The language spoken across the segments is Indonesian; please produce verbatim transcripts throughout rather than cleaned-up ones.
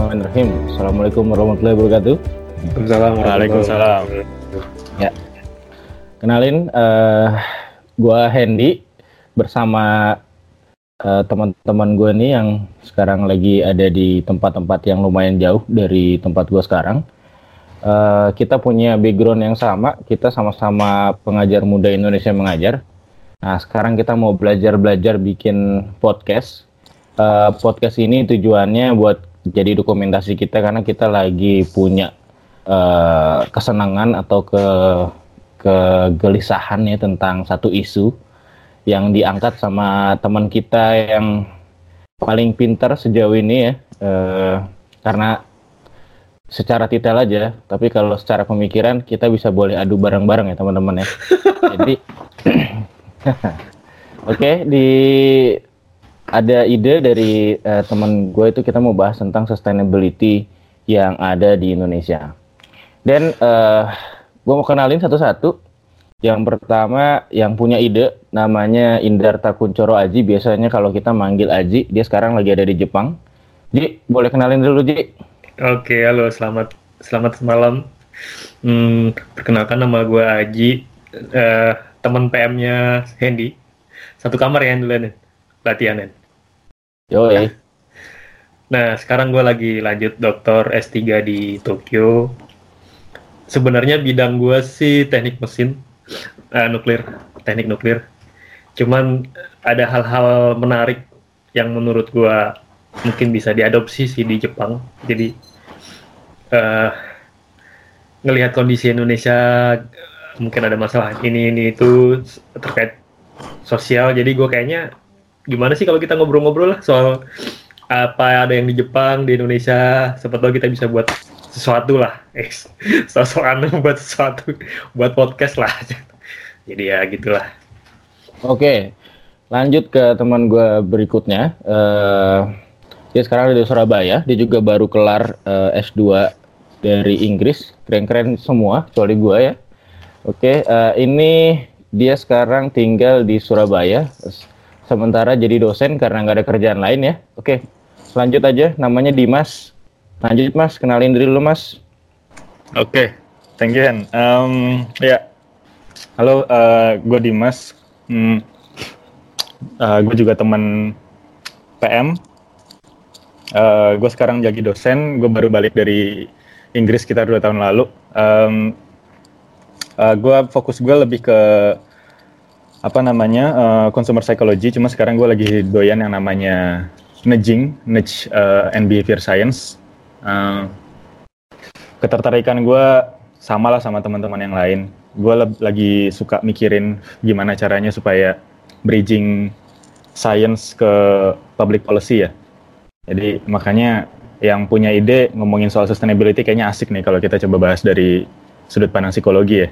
Bismillahirrahmanirrahim. Assalamualaikum warahmatullahi wabarakatuh. Waalaikumsalam. Ya, kenalin, uh, gue Hendy bersama uh, teman-teman gue nih yang sekarang lagi ada di tempat-tempat yang lumayan jauh dari tempat gue sekarang. Uh, kita punya background yang sama, kita sama-sama pengajar muda Indonesia mengajar. Nah, sekarang kita mau belajar-belajar bikin podcast. Uh, podcast ini tujuannya buat jadi dokumentasi kita karena kita lagi punya uh, kesenangan atau ke kegelisahan ya tentang satu isu yang diangkat sama teman kita yang paling pintar sejauh ini ya, uh, karena secara titel aja, tapi kalau secara pemikiran kita bisa boleh adu bareng-bareng ya teman-teman ya. Jadi oke, okay, di ada ide dari uh, teman gue itu kita mau bahas tentang sustainability yang ada di Indonesia. Dan uh, gue mau kenalin satu-satu. Yang pertama yang punya ide namanya Indarta Kuncoro Aji. Biasanya kalau kita manggil Aji, dia sekarang lagi ada di Jepang. Ji, boleh kenalin dulu Ji. Oke, halo, selamat selamat malam. Hmm, perkenalkan nama gue Aji, uh, teman P M-nya Hendy. Satu kamar ya duluan latihanan. Yoi. Nah, sekarang gue lagi lanjut doktor S tiga di Tokyo. Sebenarnya bidang gue sih teknik mesin, uh, nuklir, teknik nuklir. Cuman ada hal-hal menarik yang menurut gue mungkin bisa diadopsi sih di Jepang. Jadi uh, ngelihat kondisi Indonesia mungkin ada masalah ini ini itu terkait sosial. Jadi gue kayaknya gimana sih kalau kita ngobrol-ngobrol lah soal apa ada yang di Jepang, di Indonesia, siapa tahu kita bisa buat sesuatu lah, eh, soal-soal buat sesuatu, buat podcast lah. Jadi ya gitulah. Oke, lanjut ke teman gue berikutnya. Uh, dia sekarang ada di Surabaya, dia juga baru kelar uh, S dua dari Inggris, keren-keren semua, kecuali gue ya. Oke, uh, ini dia sekarang tinggal di Surabaya. Sementara jadi dosen karena nggak ada kerjaan lain ya. Oke, lanjut aja. Namanya Dimas. Lanjut Mas, kenalin diri dulu Mas. Oke, thank you Hen. Um, ya, halo, uh, gue Dimas. Hmm, uh, gue juga teman P M. Uh, gue sekarang jadi dosen. Gue baru balik dari Inggris sekitar dua tahun lalu. Um, uh, gue fokus gue lebih ke apa namanya uh, consumer psychology, cuma sekarang gue lagi doyan yang namanya nudging, nudge uh, and behavior science. Uh, ketertarikan gue sama lah sama teman-teman yang lain. Gue le- lagi suka mikirin gimana caranya supaya bridging science ke public policy ya. Jadi makanya yang punya ide ngomongin soal sustainability kayaknya asik nih kalau kita coba bahas dari sudut pandang psikologi ya.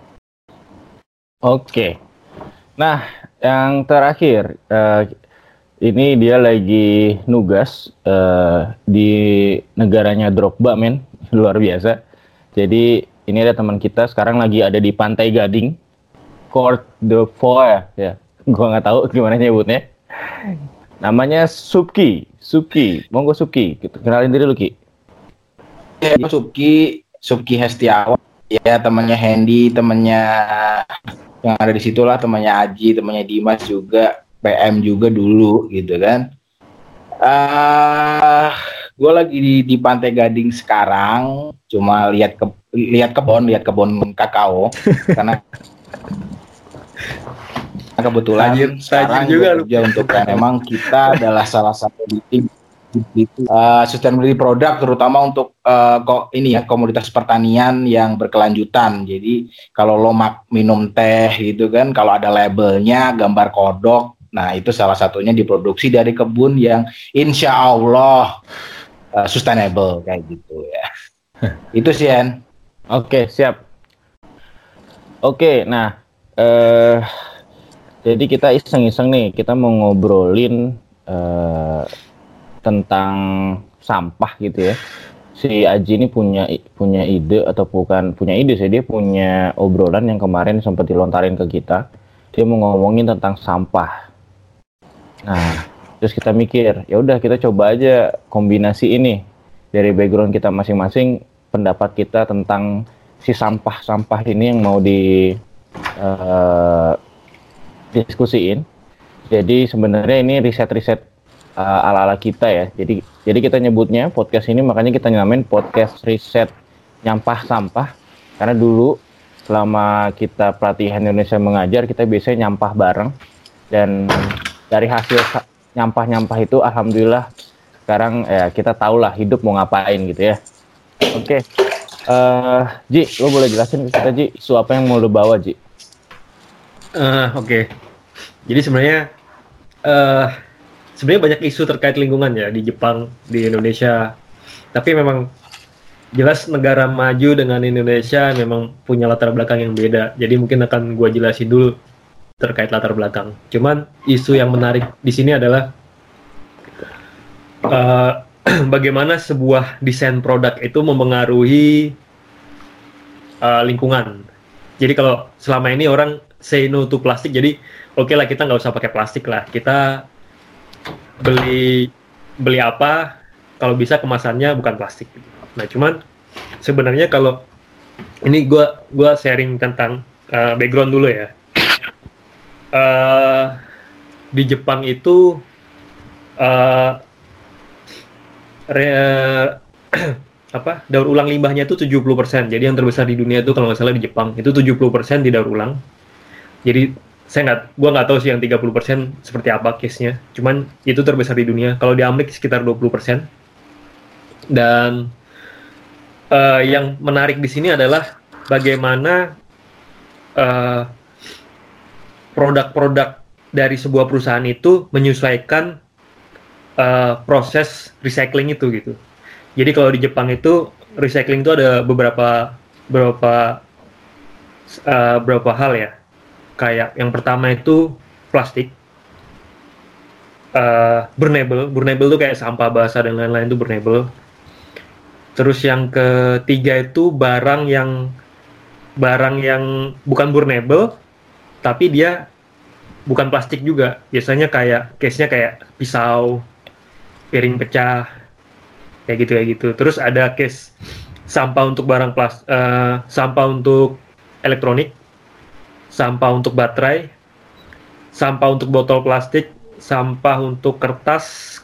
Oke. Nah, yang terakhir, uh, ini dia lagi nugas uh, di negaranya Drogba, men, luar biasa. Jadi ini ada teman kita sekarang lagi ada di Pantai Gading, Court de Foix, ya, gua nggak tahu gimana nyebutnya. Namanya Subki, Subki, monggo Subki, kenalin diri lu Ki. Ya, Subki, Subki Hestiawan, ya temannya Hendy, temannya yang ada di situ lah, temannya Aji, temannya Dimas juga, P M juga dulu gitu kan. Uh, gue lagi di, di Pantai Gading sekarang, cuma lihat ke lihat kebun, lihat kebun kakao karena kebetulan Tajir, sekarang tajir juga kerja untuk kan memang kita adalah salah satu di tim Uh, sustainability product terutama untuk uh, ko- ini ya komoditas pertanian yang berkelanjutan. Jadi kalau lo mak- minum teh gitu kan, kalau ada labelnya gambar kodok, nah itu salah satunya diproduksi dari kebun yang insya Allah uh, sustainable kayak gitu ya. Itu sih Hen. Oke, siap. Oke, nah uh, jadi kita iseng-iseng nih, kita mau ngobrolin uh, tentang sampah gitu ya. Si Aji ini punya punya ide atau bukan punya ide sih, dia punya obrolan yang kemarin sempat dilontarin ke kita. Dia mau ngomongin tentang sampah. Nah, terus kita mikir, ya udah kita coba aja kombinasi ini. dari background kita masing-masing pendapat kita tentang si sampah-sampah ini yang mau di uh, diskusiin. Jadi sebenarnya ini riset-riset uh, ala-ala kita ya. Jadi jadi kita nyebutnya podcast ini, makanya kita nyamain podcast riset nyampah sampah, karena dulu selama kita pelatihan Indonesia Mengajar kita biasanya nyampah bareng, dan dari hasil nyampah-nyampah itu alhamdulillah sekarang ya kita tahu lah hidup mau ngapain gitu ya. Oke, okay. uh, Ji, lo boleh jelasin ke kita Ji, isu apa yang mau lo bawa Ji? Uh, Oke, okay. Jadi sebenarnya uh, sebenarnya banyak isu terkait lingkungan ya di Jepang, di Indonesia. Tapi memang jelas negara maju dengan Indonesia memang punya latar belakang yang beda. Jadi mungkin akan gue jelasin dulu terkait latar belakang. Cuman isu yang menarik di sini adalah uh, bagaimana sebuah desain produk itu mempengaruhi uh, lingkungan. Jadi kalau selama ini orang say no to plastik, jadi oke okay lah kita nggak usah pakai plastik lah. Kita beli beli apa kalau bisa kemasannya bukan plastik. Nah cuman sebenarnya kalau ini gue gue sharing tentang uh, background dulu ya. Uh, di Jepang itu uh, re, apa daur ulang limbahnya itu tujuh puluh persen. Jadi yang terbesar di dunia itu kalau nggak salah di Jepang itu tujuh puluh persen didaur ulang. Jadi saya nggak, gue nggak tahu sih yang tiga puluh persen seperti apa case-nya. Cuman itu terbesar di dunia. Kalau di Amerika sekitar dua puluh persen. Dan uh, yang menarik di sini adalah bagaimana uh, produk-produk dari sebuah perusahaan itu menyesuaikan uh, proses recycling itu gitu. Jadi kalau di Jepang itu recycling itu ada beberapa beberapa uh, beberapa hal ya. Kayak yang pertama itu plastik. Uh, burnable, burnable itu kayak sampah basah dan lain-lain itu burnable. Terus yang ketiga itu barang yang barang yang bukan burnable, tapi dia bukan plastik juga. Biasanya kayak case-nya kayak pisau, piring pecah, kayak gitu kayak gitu. Terus ada case sampah untuk barang plas, uh, sampah untuk elektronik, sampah untuk baterai, sampah untuk botol plastik, sampah untuk kertas,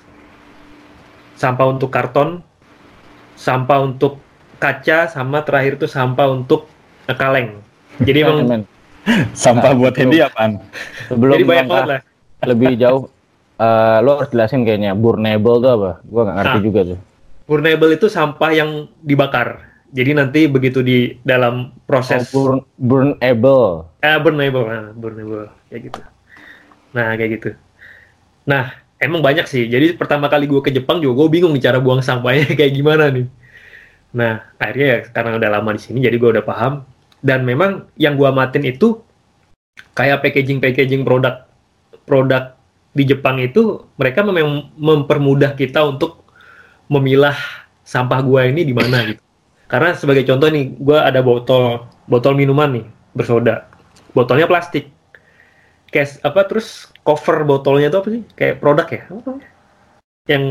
sampah untuk karton, sampah untuk kaca, sama terakhir itu sampah untuk kaleng. Jadi emang sampah buat Hendy apaan? Sebelum jadi banyak banget lah. Lebih jauh, uh, lo harus jelasin kayaknya burnable itu apa? Gue nggak ngerti nah, juga tuh. Burnable itu sampah yang dibakar. Jadi nanti begitu di dalam proses oh, burn, burnable. Eh burnable, nah, burnable kayak gitu. Nah kayak gitu. Nah emang banyak sih. Jadi pertama kali gue ke Jepang juga gue bingung nih cara buang sampahnya kayak gimana nih. Nah akhirnya ya karena udah lama di sini jadi gue udah paham. Dan memang yang gue amatin itu kayak packaging-packaging produk produk di Jepang itu mereka memang mempermudah kita untuk memilah sampah gue ini di mana gitu. Karena sebagai contoh nih, gue ada botol botol minuman nih bersoda, botolnya plastik. Kayak apa terus cover botolnya itu apa sih? Kayak produk ya? Apa? Yang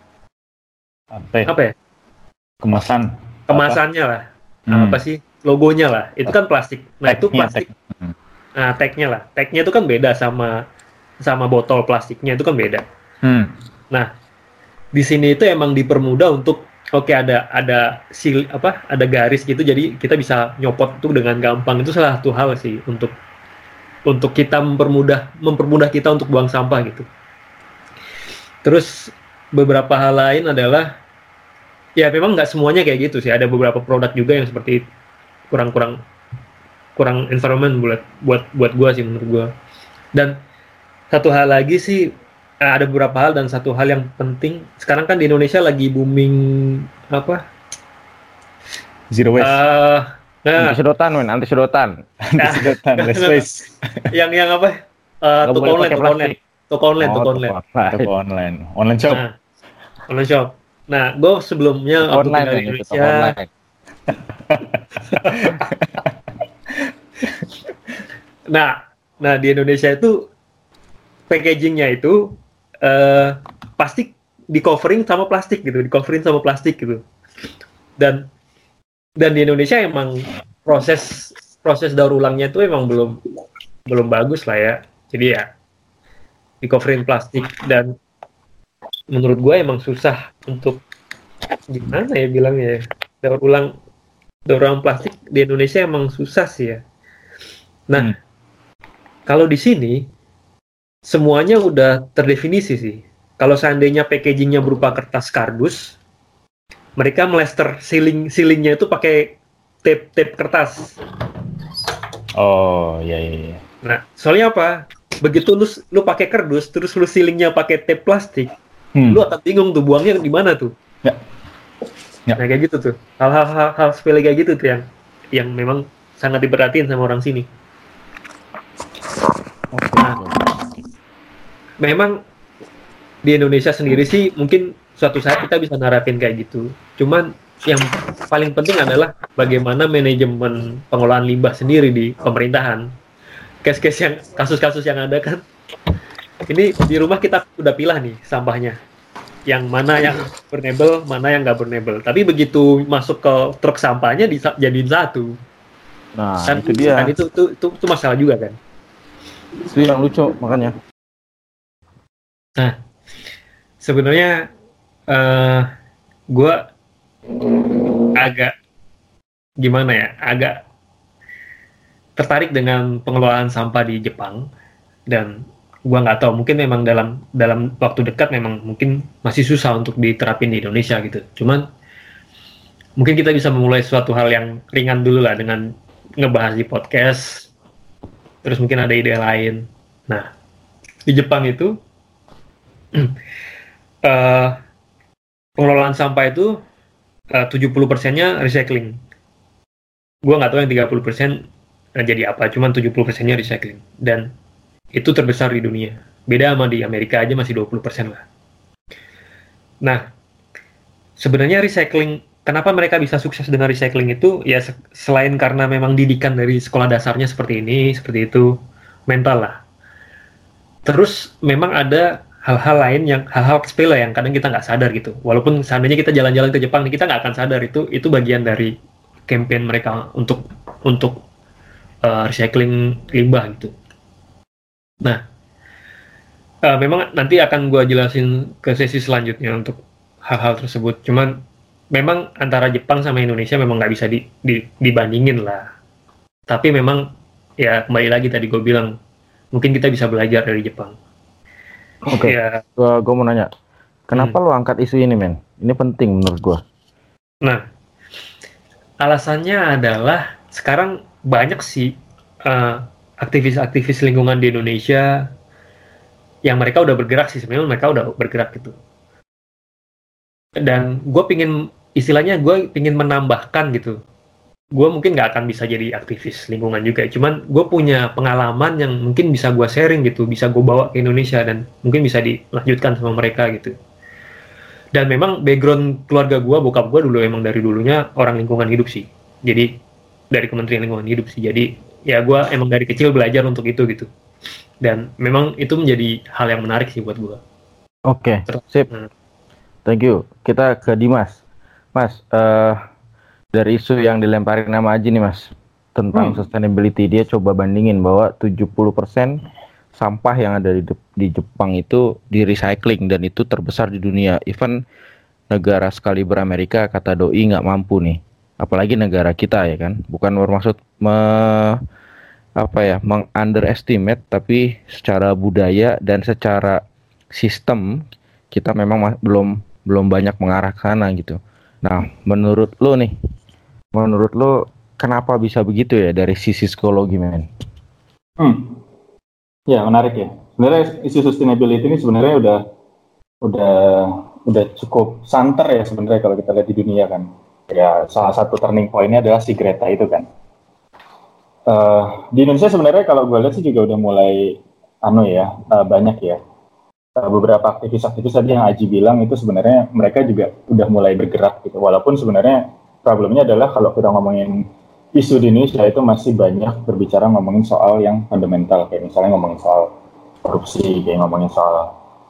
apa ya? Apa ya? Kemasan. Kemasannya lah. Hmm. Apa sih? Logonya lah. Itu kan plastik. Nah, itu plastik. Tag. Nah, tag-nya lah. Tag-nya itu kan beda sama sama botol plastiknya itu kan beda. Hmm. Nah, di sini itu emang dipermudah untuk oke okay, ada ada sil apa? Ada garis gitu jadi kita bisa nyopot tuh dengan gampang. Itu salah satu hal sih untuk untuk kita mempermudah mempermudah kita untuk buang sampah gitu. Terus beberapa hal lain adalah ya memang nggak semuanya kayak gitu sih. Ada beberapa produk juga yang seperti kurang-kurang kurang environment buat buat buat gua sih menurut gua. Dan satu hal lagi sih ada beberapa hal dan satu hal yang penting sekarang kan di Indonesia lagi booming apa? Zero waste. Uh, Nah, anti sedotan, men, anti sedotan. Anti sedotan, less waste. yang yang apa? Uh, toko online, toko online, toko online, oh, toko online, toko online, online shop. Nah, online shop. Nah, gue sebelumnya toko waktu online, tinggal di Indonesia. nah, nah di Indonesia itu packagingnya itu uh, plastik di covering sama plastik gitu, di covering sama plastik gitu. Dan dan di Indonesia emang proses proses daur ulangnya itu emang belum belum bagus lah ya. Jadi ya recovery plastik, dan menurut gue emang susah untuk gimana ya bilangnya ya, daur ulang daur ulang plastik di Indonesia emang susah sih ya. Nah, hmm. kalau di sini semuanya udah terdefinisi sih. Kalau seandainya packagingnya berupa kertas kardus, mereka melester sealing sealingnya itu pakai tape tape kertas. Oh iya iya. iya. Nah, soalnya apa? Begitu lu lu pakai kardus, terus lu sealingnya pakai tape plastik, hmm. lu akan bingung tuh buangnya di mana tuh. Ya. Ya. Nah kayak gitu tuh. Hal-hal hal, hal sepele kayak gitu tuh yang yang memang sangat diperhatiin sama orang sini. Nah, memang di Indonesia sendiri sih mungkin suatu saat kita bisa nerapin kayak gitu. Cuman yang paling penting adalah bagaimana manajemen pengolahan limbah sendiri di pemerintahan. Kes-kes yang kasus-kasus yang ada kan. Ini di rumah kita udah pilah nih sampahnya. Yang mana yang burnable, mana yang nggak burnable. Tapi begitu masuk ke truk sampahnya dijadiin satu. Nah, kan, itu dia. Kan itu, itu, itu, itu masalah juga kan. Itu yang lucu makanya. Nah, sebenarnya uh, gue agak gimana ya, agak tertarik dengan pengelolaan sampah di Jepang, dan gue nggak tahu, mungkin memang dalam dalam waktu dekat memang mungkin masih susah untuk diterapin di Indonesia gitu. Cuman mungkin kita bisa memulai suatu hal yang ringan dulu lah dengan ngebahas di podcast, terus mungkin ada ide lain. Nah, di Jepang itu uh, pengelolaan sampah itu uh, tujuh puluh persennya recycling. Gue nggak tahu yang tiga puluh persen jadi apa, cuman tujuh puluh persennya recycling. Dan itu terbesar di dunia. Beda sama di Amerika aja masih dua puluh persen lah. Nah, sebenarnya recycling, kenapa mereka bisa sukses dengan recycling itu? Ya selain karena memang didikan dari sekolah dasarnya seperti ini, seperti itu, mental lah. Terus memang ada hal-hal lain yang, hal-hal sepele yang kadang kita nggak sadar gitu. Walaupun seandainya kita jalan-jalan ke Jepang, kita nggak akan sadar itu itu bagian dari campaign mereka untuk untuk uh, recycling limbah gitu. Nah, uh, memang nanti akan gue jelasin ke sesi selanjutnya untuk hal-hal tersebut. Cuman memang antara Jepang sama Indonesia memang nggak bisa di, di, dibandingin lah. Tapi memang ya kembali lagi tadi gue bilang, mungkin kita bisa belajar dari Jepang. Oke, okay. ya. gue mau nanya, kenapa hmm. lo angkat isu ini, men? Ini penting menurut gue. Nah, alasannya adalah sekarang banyak sih uh, aktivis-aktivis lingkungan di Indonesia yang mereka udah bergerak sih, sebenarnya mereka udah bergerak gitu. Dan gue pingin, istilahnya gue pingin menambahkan gitu. Gue mungkin nggak akan bisa jadi aktivis lingkungan juga, cuman gue punya pengalaman yang mungkin bisa gue sharing gitu, bisa gue bawa ke Indonesia dan mungkin bisa dilanjutkan sama mereka gitu. Dan memang background keluarga gue, bokap gue dulu emang dari dulunya orang lingkungan hidup sih. Jadi dari Kementerian Lingkungan Hidup sih. Jadi ya gue emang dari kecil belajar untuk itu gitu. Dan memang itu menjadi hal yang menarik sih buat gue. Oke, okay, sip. Hmm. Thank you. Kita ke Dimas. Mas, uh, dari isu yang dilemparin nama Aji nih Mas, tentang hmm. sustainability, dia coba bandingin bahwa tujuh puluh persen sampah yang ada di, di Jepang itu di recycling, dan itu terbesar di dunia. Even negara sekali beramerika, kata Doi, nggak mampu nih. Apalagi negara kita ya kan. Bukan bermaksud me, apa ya, meng-underestimate, tapi secara budaya dan secara sistem kita memang ma- belum belum banyak mengarah ke sana gitu. Nah, menurut lo nih, menurut lo kenapa bisa begitu ya dari sisi psikologi, men? Hmm. Ya, menarik ya. Sebenarnya isu sustainability ini sebenarnya udah udah udah cukup santer ya sebenarnya kalau kita lihat di dunia kan. Ya, salah satu turning point-nya adalah si Greta itu kan. Uh, di Indonesia sebenarnya kalau gue lihat sih juga udah mulai anu ya, uh, banyak ya. Uh, beberapa aktivis-aktivis tadi yang Aji bilang itu sebenarnya mereka juga udah mulai bergerak gitu. Walaupun sebenarnya problemnya adalah kalau kita ngomongin isu di Indonesia itu masih banyak berbicara ngomongin soal yang fundamental, kayak misalnya ngomongin soal korupsi, kayak ngomongin soal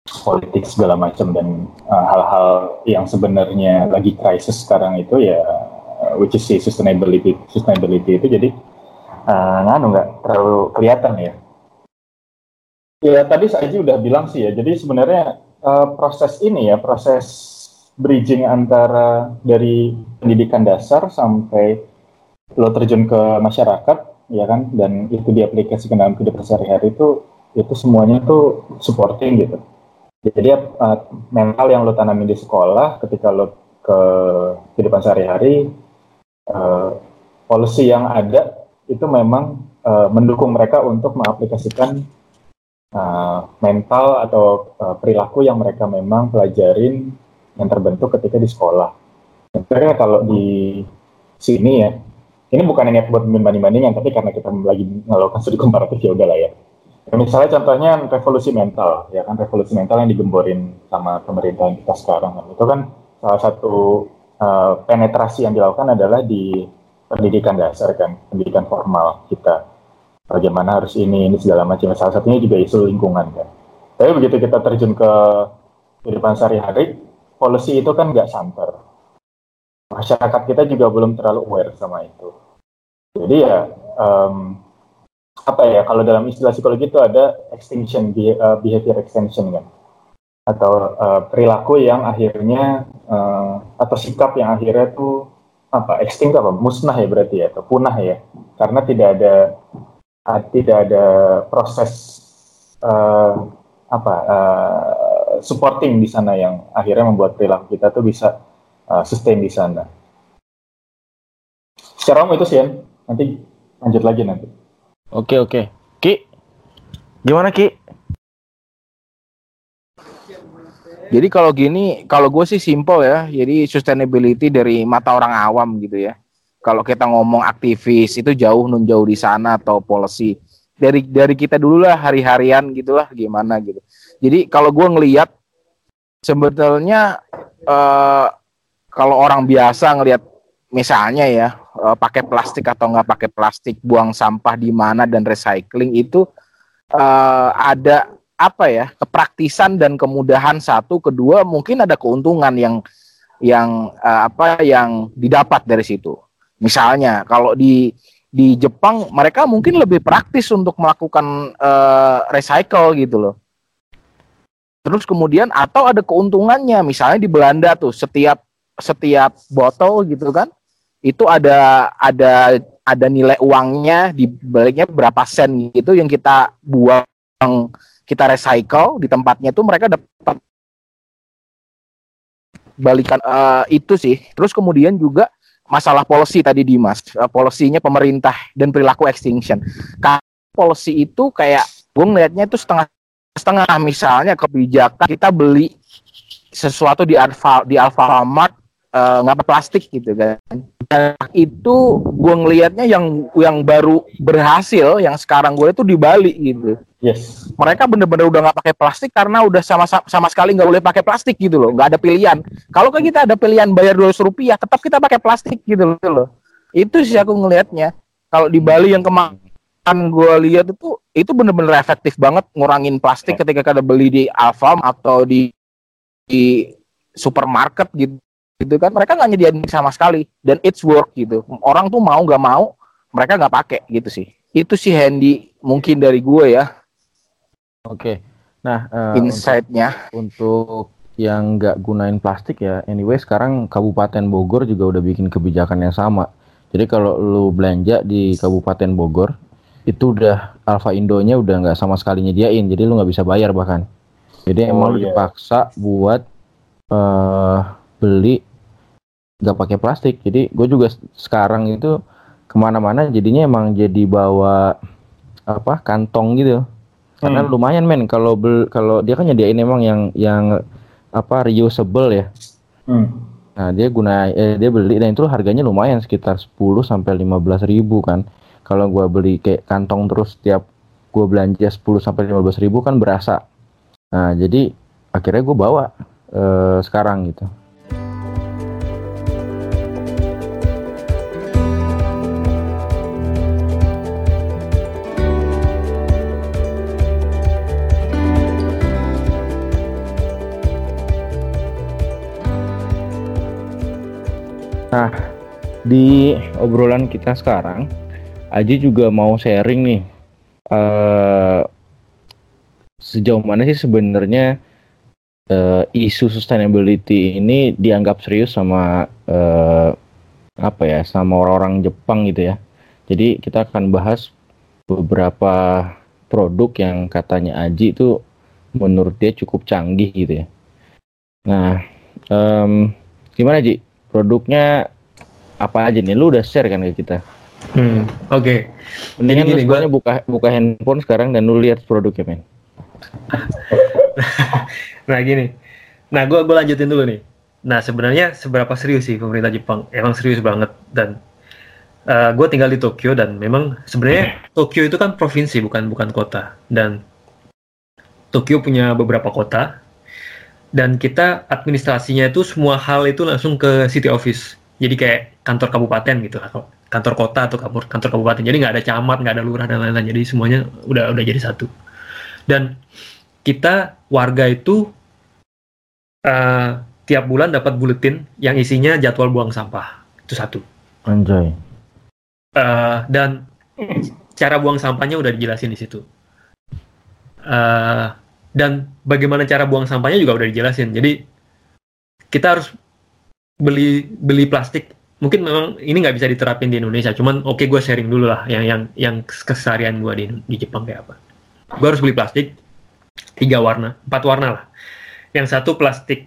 politik segala macam dan uh, hal-hal yang sebenarnya lagi krisis sekarang itu ya uh, which is si sustainability sustainability itu jadi uh, nganu nggak terlalu kelihatan ya. Ya tadi saya udah bilang sih ya, jadi sebenarnya uh, proses ini ya proses bridging antara dari pendidikan dasar sampai lo terjun ke masyarakat ya kan, dan itu diaplikasikan dalam kehidupan sehari-hari itu itu semuanya tuh supporting gitu. Jadi uh, mental yang lo tanami di sekolah ketika lo ke kehidupan sehari-hari, uh, policy yang ada itu memang uh, mendukung mereka untuk mengaplikasikan uh, mental atau uh, perilaku yang mereka memang pelajarin yang terbentuk ketika di sekolah. Sebenarnya kalau di sini ya, ini bukan niat buat banding-bandingan, tapi karena kita lagi melakukan studi komparatif ya udahlah ya. Ya, misalnya contohnya revolusi mental, ya kan revolusi mental yang digemborin sama pemerintahan kita sekarang, kan. Itu kan salah satu uh, penetrasi yang dilakukan adalah di pendidikan dasar kan, pendidikan formal kita. Bagaimana harus ini, ini segala macam. Salah satunya juga isu lingkungan kan. Tapi begitu kita terjun ke kehidupan sehari-hari, policy itu kan nggak santer. Masyarakat kita juga belum terlalu aware sama itu. Jadi ya, um, apa ya, kalau dalam istilah psikologi itu ada extinction, behavior extension kan. Atau uh, perilaku yang akhirnya, uh, atau sikap yang akhirnya tuh, apa, extinct apa, musnah ya berarti ya, atau punah ya. Karena tidak ada, uh, tidak ada proses, uh, apa, uh, supporting di sana yang akhirnya membuat perilaku kita tuh bisa uh, sustain di sana. Secara umum itu sih, nanti lanjut lagi nanti. Oke oke, Ki, gimana Ki? Jadi kalau gini, kalau gue sih simple ya. Jadi sustainability dari mata orang awam gitu ya. Kalau kita ngomong aktivis itu jauh nun jauh di sana atau policy. Dari dari kita dulu lah hari-harian gitulah gimana gitu. Jadi kalau gue ngelihat sebetulnya uh, kalau orang biasa ngelihat misalnya ya uh, pakai plastik atau nggak pakai plastik, buang sampah di mana dan recycling itu uh, ada apa ya kepraktisan dan kemudahan satu, kedua mungkin ada keuntungan yang yang uh, apa yang didapat dari situ. Misalnya kalau di di Jepang mereka mungkin lebih praktis untuk melakukan uh, recycle gitu loh. Terus kemudian atau ada keuntungannya, misalnya di Belanda tuh setiap setiap botol gitu kan, itu ada ada ada nilai uangnya di baliknya berapa sen gitu yang kita buang, kita recycle di tempatnya tuh mereka dapat balikan uh, itu sih. Terus kemudian juga masalah policy tadi Dimas, uh, polisinya pemerintah dan perilaku extinction. Kalau policy itu kayak gue ngelihatnya itu setengah setengah, misalnya kebijakan kita beli sesuatu di Alfa di Alfamart nggak uh, plastik gitu kan. Dan itu gue ngelihatnya yang yang baru berhasil yang sekarang gue itu di Bali gitu. Yes. Mereka bener-bener udah nggak pakai plastik karena udah sama sama sekali nggak boleh pakai plastik gitu loh, nggak ada pilihan. Kalau kan kita ada pilihan bayar dua ratus rupiah, tetap kita pakai plastik gitu loh. Itu sih aku ngelihatnya. Kalau di Bali yang kemarin gue lihat itu itu bener-bener efektif banget ngurangin plastik ketika kita beli di Alfam atau di di supermarket gitu gitu kan, mereka nggak nyediain sama sekali dan it's work gitu. Orang tuh mau nggak mau mereka nggak pakai gitu sih. Itu sih Handy mungkin dari gue ya. Oke, nah uh, insight-nya untuk, untuk yang nggak gunain plastik ya, anyway sekarang Kabupaten Bogor juga udah bikin kebijakan yang sama. Jadi kalau lu belanja di Kabupaten Bogor itu udah Alfa Indonya udah nggak sama sekali nyediain, jadi lu nggak bisa bayar bahkan. Jadi oh, emang lu iya. dipaksa buat uh, beli nggak pakai plastik. Jadi gue juga sekarang itu kemana-mana jadinya emang jadi bawa apa kantong gitu. Karena hmm. lumayan men kalau bel kalau dia kan nyediain emang yang yang apa reusable ya. Hmm. Nah dia guna eh, dia beli dan itu harganya lumayan sekitar sepuluh sampai lima belas ribu kan. Kalau gue beli kayak kantong terus tiap gue belanja sepuluh sampai lima belas ribu kan berasa. Nah jadi akhirnya gue bawa eh, sekarang gitu. Nah, di obrolan kita sekarang, Aji juga mau sharing nih, uh, sejauh mana sih sebenarnya uh, isu sustainability ini dianggap serius sama uh, apa ya, sama orang-orang Jepang gitu ya. Jadi kita akan bahas beberapa produk yang katanya Aji itu menurut dia cukup canggih gitu ya. Nah, um, gimana Ji? Produknya apa aja nih? Lu udah share kan ke kita? Hmm, oke. Okay. Mendingan lu sebenarnya gua... buka buka handphone sekarang dan lu lihat produknya, men. Nah gini. Nah, gua gua lanjutin dulu nih. Nah, sebenarnya seberapa serius sih pemerintah Jepang? Emang serius banget. Dan uh, gue tinggal di Tokyo dan memang sebenarnya Tokyo itu kan provinsi, bukan bukan kota. Dan Tokyo punya beberapa kota. Dan kita administrasinya itu semua hal itu langsung ke city office. Jadi kayak kantor kabupaten gitu, kantor kota atau kantor, kantor kabupaten. Jadi nggak ada camat, nggak ada lurah dan lain-lain. Jadi semuanya udah udah jadi satu. Dan kita warga itu uh, tiap bulan dapat buletin yang isinya jadwal buang sampah. Itu satu. Anjay. Uh, dan cara buang sampahnya udah dijelasin di situ. Uh, dan bagaimana cara buang sampahnya juga udah dijelasin. Jadi kita harus beli beli plastik. Mungkin memang ini nggak bisa diterapin di Indonesia. Cuman oke okay, gue sharing dulu lah yang yang yang keseharian gue di di Jepang kayak apa. Gue harus beli plastik tiga warna, empat warna lah. Yang satu plastik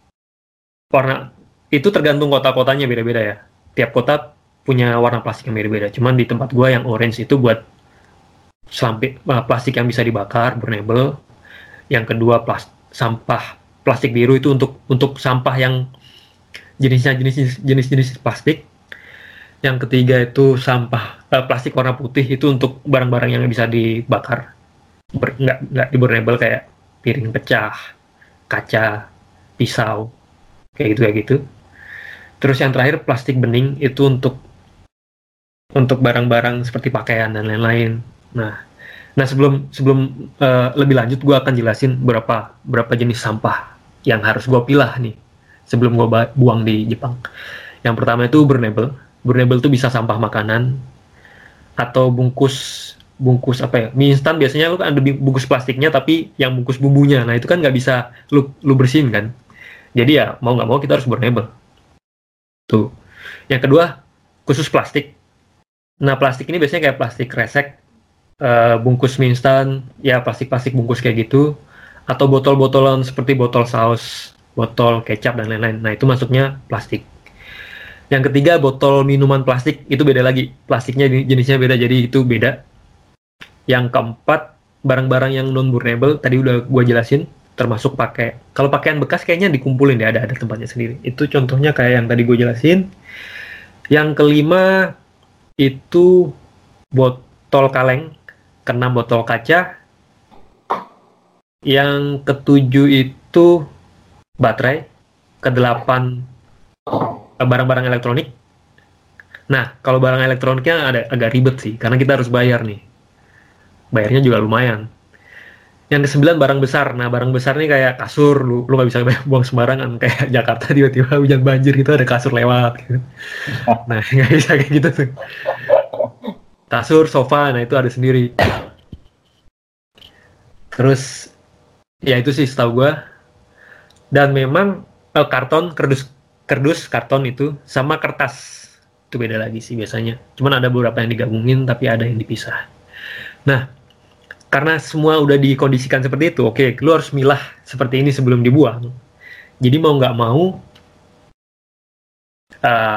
warna itu tergantung kota-kotanya beda-beda ya. Tiap kota punya warna plastik yang beda-beda. Cuman di tempat gue yang orange itu buat selampi, plastik yang bisa dibakar, burnable. Yang kedua plas, sampah plastik biru itu untuk untuk sampah yang jenisnya jenis jenis-jenis plastik. Yang ketiga itu sampah eh, plastik warna putih itu untuk barang-barang yang bisa dibakar. Ber, nggak nggak di burnable kayak piring pecah, kaca, pisau, kayak gitu kayak gitu. Terus yang terakhir plastik bening itu untuk untuk barang-barang seperti pakaian dan lain-lain. Nah. Nah sebelum sebelum uh, lebih lanjut gue akan jelasin berapa berapa jenis sampah yang harus gue pilah nih sebelum gue ba- buang di Jepang. Yang pertama itu burnable. Burnable itu bisa sampah makanan atau bungkus bungkus apa ya? Mie instan biasanya lu kan ada bungkus plastiknya tapi yang bungkus bumbunya. Nah itu kan nggak bisa lu lu bersihin kan. Jadi ya mau nggak mau kita harus burnable. Tuh. Yang kedua khusus plastik. Nah plastik ini biasanya kayak plastik kresek. Uh, bungkus mie instan, ya plastik-plastik bungkus kayak gitu, atau botol-botolan seperti botol saus, botol kecap dan lain-lain. Nah itu masuknya plastik. Yang ketiga botol minuman plastik itu beda lagi, plastiknya jenisnya beda jadi itu beda. Yang keempat barang-barang yang non burnable tadi udah gue jelasin, termasuk pakai. Kalau pakaian bekas kayaknya dikumpulin ya ada ada tempatnya sendiri. Itu contohnya kayak yang tadi gue jelasin. Yang kelima itu botol kaleng. Keenam botol kaca, yang ketujuh itu baterai, kedelapan barang-barang elektronik. Nah, kalau barang elektroniknya ada agak ribet sih, karena kita harus bayar nih. Bayarnya juga lumayan. Yang kesembilan barang besar. Nah, barang besar nih kayak kasur, lu lu nggak bisa buang sembarangan. Kayak Jakarta tiba-tiba hujan banjir gitu ada kasur lewat. Gitu. Nah, nggak bisa kayak gitu tuh. Kasur, sofa, nah itu ada sendiri. Terus, ya itu sih setahu gue. Dan memang eh, karton, kardus, kardus, karton itu sama kertas itu beda lagi sih biasanya. Cuman ada beberapa yang digabungin, tapi ada yang dipisah. Nah, karena semua udah dikondisikan seperti itu, oke, okay, lu harus milah seperti ini sebelum dibuang. Jadi mau nggak mau, uh,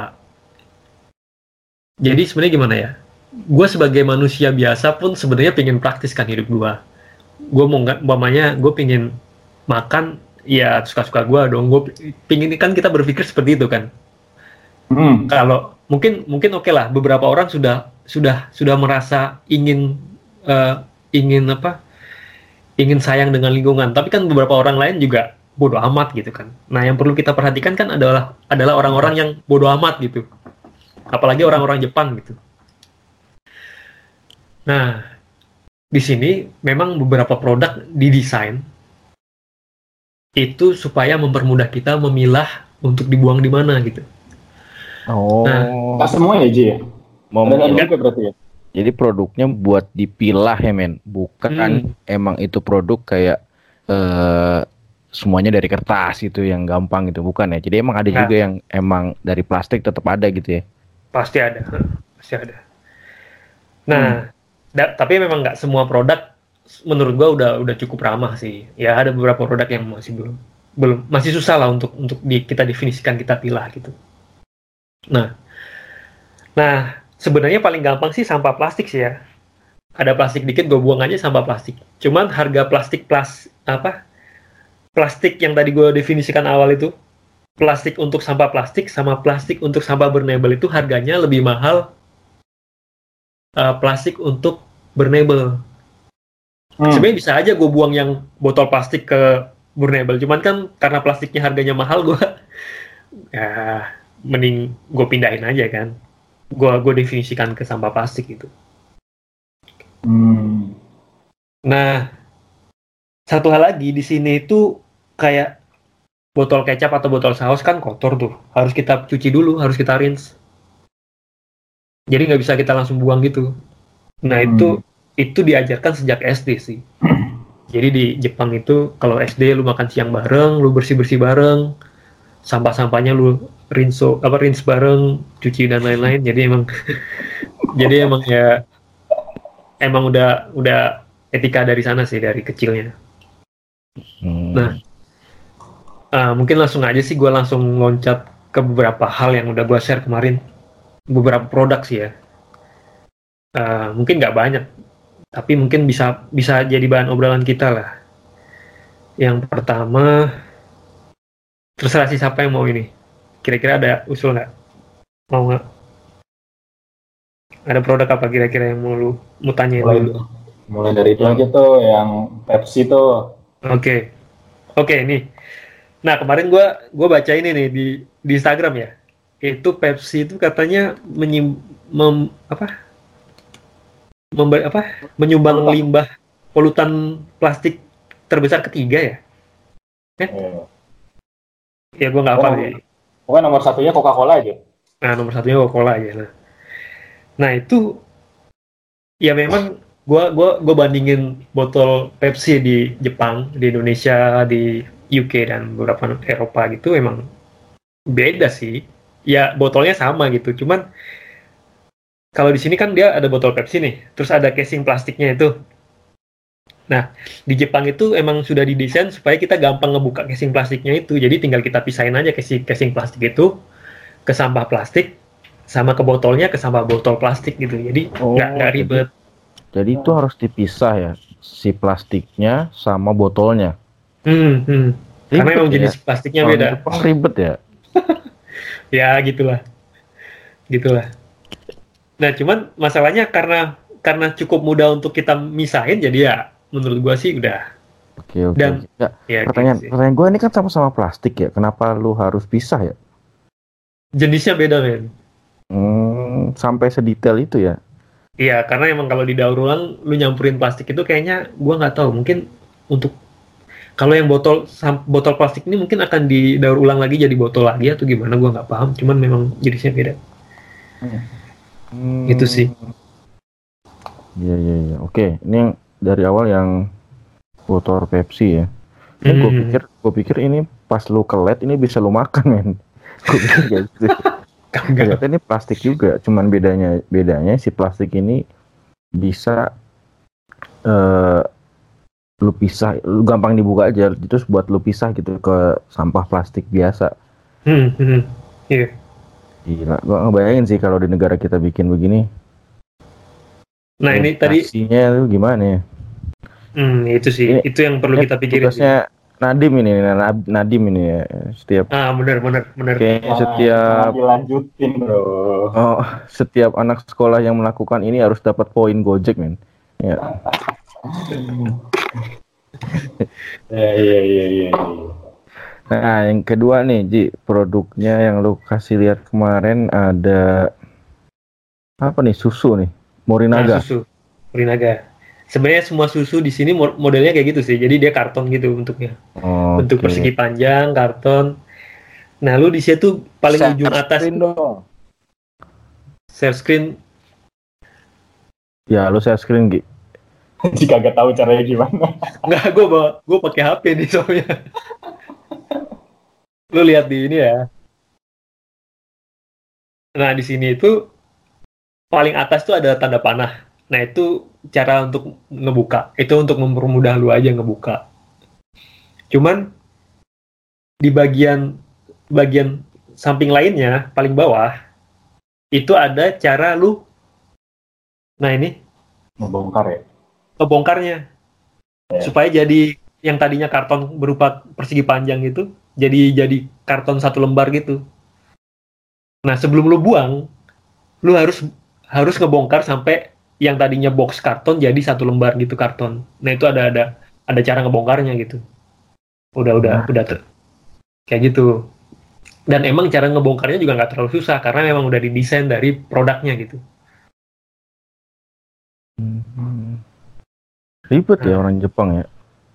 jadi sebenarnya gimana ya? Gue sebagai manusia biasa pun sebenarnya pengen praktis kan hidup gue. Gue mau nggak, umpamanya gue pengen makan, ya suka-suka gue dong. Gue pengen kan kita berpikir seperti itu kan. Hmm. Kalau mungkin mungkin oke okay lah. Beberapa orang sudah sudah sudah merasa ingin uh, ingin apa? Ingin sayang dengan lingkungan. Tapi kan beberapa orang lain juga bodoh amat gitu kan. Nah yang perlu kita perhatikan kan adalah adalah orang-orang yang bodoh amat gitu. Apalagi orang-orang Jepang gitu. Nah, di sini memang beberapa produk didesain itu supaya mempermudah kita memilah untuk dibuang di mana gitu. Oh. Nah, Nggak semua ya Ji ya? Mau Ada mengil- juga berarti ya? Jadi produknya buat dipilah ya men, bukan Hmm. emang itu produk kayak eh semuanya dari kertas itu yang gampang gitu, bukan ya. Jadi emang ada Nggak. juga yang emang dari plastik tetap ada gitu ya. pasti ada, pasti ada. Nah, da- tapi memang nggak semua produk menurut gua udah udah cukup ramah sih. Ya ada beberapa produk yang masih belum belum masih susah lah untuk untuk di, kita definisikan, kita pilah gitu. Nah, nah sebenarnya paling gampang sih sampah plastik sih ya. Ada plastik dikit gue buang aja sampah plastik. Cuman harga plastik plas apa? Plastik yang tadi gue definisikan awal itu, plastik untuk sampah plastik sama plastik untuk sampah bernabel itu harganya lebih mahal uh, plastik untuk bernabel. Hmm. Sebenarnya bisa aja gue buang yang botol plastik ke burnable, cuman kan karena plastiknya harganya mahal, gue ya mending gue pindahin aja kan. Gue gue definisikan ke sampah plastik gitu. Hmm. Nah, satu hal lagi di sini itu kayak botol kecap atau botol saus kan kotor tuh, harus kita cuci dulu, harus kita rinse. Jadi nggak bisa kita langsung buang gitu. Nah Hmm. itu itu diajarkan sejak S D sih. Jadi di Jepang itu kalau S D lu makan siang bareng, lu bersih-bersih bareng, sampah-sampahnya lu rinse apa rinse bareng, cuci dan lain-lain. Jadi emang jadi emang ya emang udah udah etika dari sana sih dari kecilnya. Hmm. Nah, uh, mungkin langsung aja sih gue langsung loncat ke beberapa hal yang udah gue share kemarin, beberapa produk sih ya. Uh, mungkin nggak banyak, tapi mungkin bisa bisa jadi bahan obrolan kita lah. Yang pertama, terserah sih siapa yang mau ini. Kira-kira ada usul nggak? Mau nggak? Ada produk apa kira-kira yang mau lu mau tanyain Mulai, dulu? mulai dari itu aja tuh, yang Pepsi tuh. Oke, oke nih. Nah kemarin gue gue baca ini nih di di Instagram ya. Itu Pepsi itu katanya menyim, mem, apa? Memba, apa? Menyumbang Polutan. limbah polutan plastik terbesar ketiga ya? Eh, Ya gue nggak hafal Oh. ya. Pokoknya nomor satunya Coca-Cola aja. Nah nomor satunya Coca-Cola aja. Nah, nah itu ya memang gue gua gua bandingin botol Pepsi di Jepang, di Indonesia, di U K dan beberapa Eropa gitu emang beda sih. Ya botolnya sama gitu, cuman kalau di sini kan dia ada botol Pepsi nih, terus ada casing plastiknya itu. Nah, di Jepang itu emang sudah didesain supaya kita gampang ngebuka casing plastiknya itu. Jadi tinggal kita pisahin aja casing, casing plastik itu ke sampah plastik, sama ke botolnya ke sampah botol plastik gitu. Jadi Oh, nggak nggak ribet. Jadi itu harus dipisah ya, si plastiknya sama botolnya. Hmm, hmm. Karena Ribet emang ya? jenis plastiknya Orang beda. Jepang ribet ya. Ya gitulah, gitulah. Nah cuman masalahnya karena karena cukup mudah untuk kita misahin, jadi ya menurut gua sih udah. Oke oke. Dan- Ya, Ya, pertanyaan gitu sih. pertanyaan gue ini kan sama-sama plastik ya. Kenapa lu harus pisah ya? Jenisnya beda men. Hmm, sampai sedetail itu ya. Iya, karena emang kalau di daur ulang lu nyampurin plastik itu kayaknya gua nggak tahu, mungkin untuk kalau yang botol sam- botol plastik ini mungkin akan didaur ulang lagi jadi botol lagi atau gimana gua nggak paham, cuman memang jenisnya beda. Hmm. Itu sih. Iya iya iya. Oke, ini yang dari awal yang botol Pepsi ya. Ini gue Hmm. pikir gue pikir ini pas lu kelet ini bisa lu makan men. Gue pikir kayak gitu. Enggak. Ternyata ini plastik juga, cuman bedanya bedanya si plastik ini bisa eh lu pisah, lu gampang dibuka aja, terus buat lu pisah gitu ke sampah plastik biasa. Hmm, hmm. Iya. Gila, gua ngebayangin sih kalau di negara kita bikin begini. Nah, ini tadi Sanitasinya lu gimana ya? hmm, itu sih, Ini- itu yang perlu Ini kita pikirin. sih. tugasnya Nadim ini, Nad- Nadim ini ya. Setiap Ah, benar benar benar. kayaknya Nah, setiap dilanjutin bro. oh, setiap anak sekolah yang melakukan ini harus dapat poin Gojek men. Ya. Ya, iya iya iya. Nah, yang kedua nih, Ji, produknya yang lu kasih lihat kemarin ada apa nih? Susu nih, Morinaga. Nah, susu Morinaga. Sebenarnya semua susu di sini mo- modelnya kayak gitu sih. Jadi dia karton gitu bentuknya. Bentuk Oke. persegi panjang, karton. Nah, lu di situ paling Share ujung atas screen dong. share screen. Ya, lu share screen, Gi. Jika gak tahu caranya gimana. Nggak, gue bawa, gue pakai H P nih soalnya. Lu lihat di ini ya. Nah, di sini itu paling atas tuh ada tanda panah. Nah, itu cara untuk ngebuka. Itu untuk mempermudah lu aja ngebuka. Cuman di bagian bagian samping lainnya, paling bawah, itu ada cara lu, nah ini, Ngebongkar ya? ngebongkarnya. Ya. Supaya jadi yang tadinya karton berupa persegi panjang itu, jadi jadi karton satu lembar gitu. Nah, sebelum lu buang, lu harus harus ngebongkar sampai yang tadinya box karton jadi satu lembar gitu karton. Nah, itu ada ada ada cara ngebongkarnya gitu. Udah udah Nah. udah ter- kayak gitu. Dan emang cara ngebongkarnya juga nggak terlalu susah karena memang udah didesain dari produknya gitu. Hmm. Ribet ya Nah. orang Jepang ya.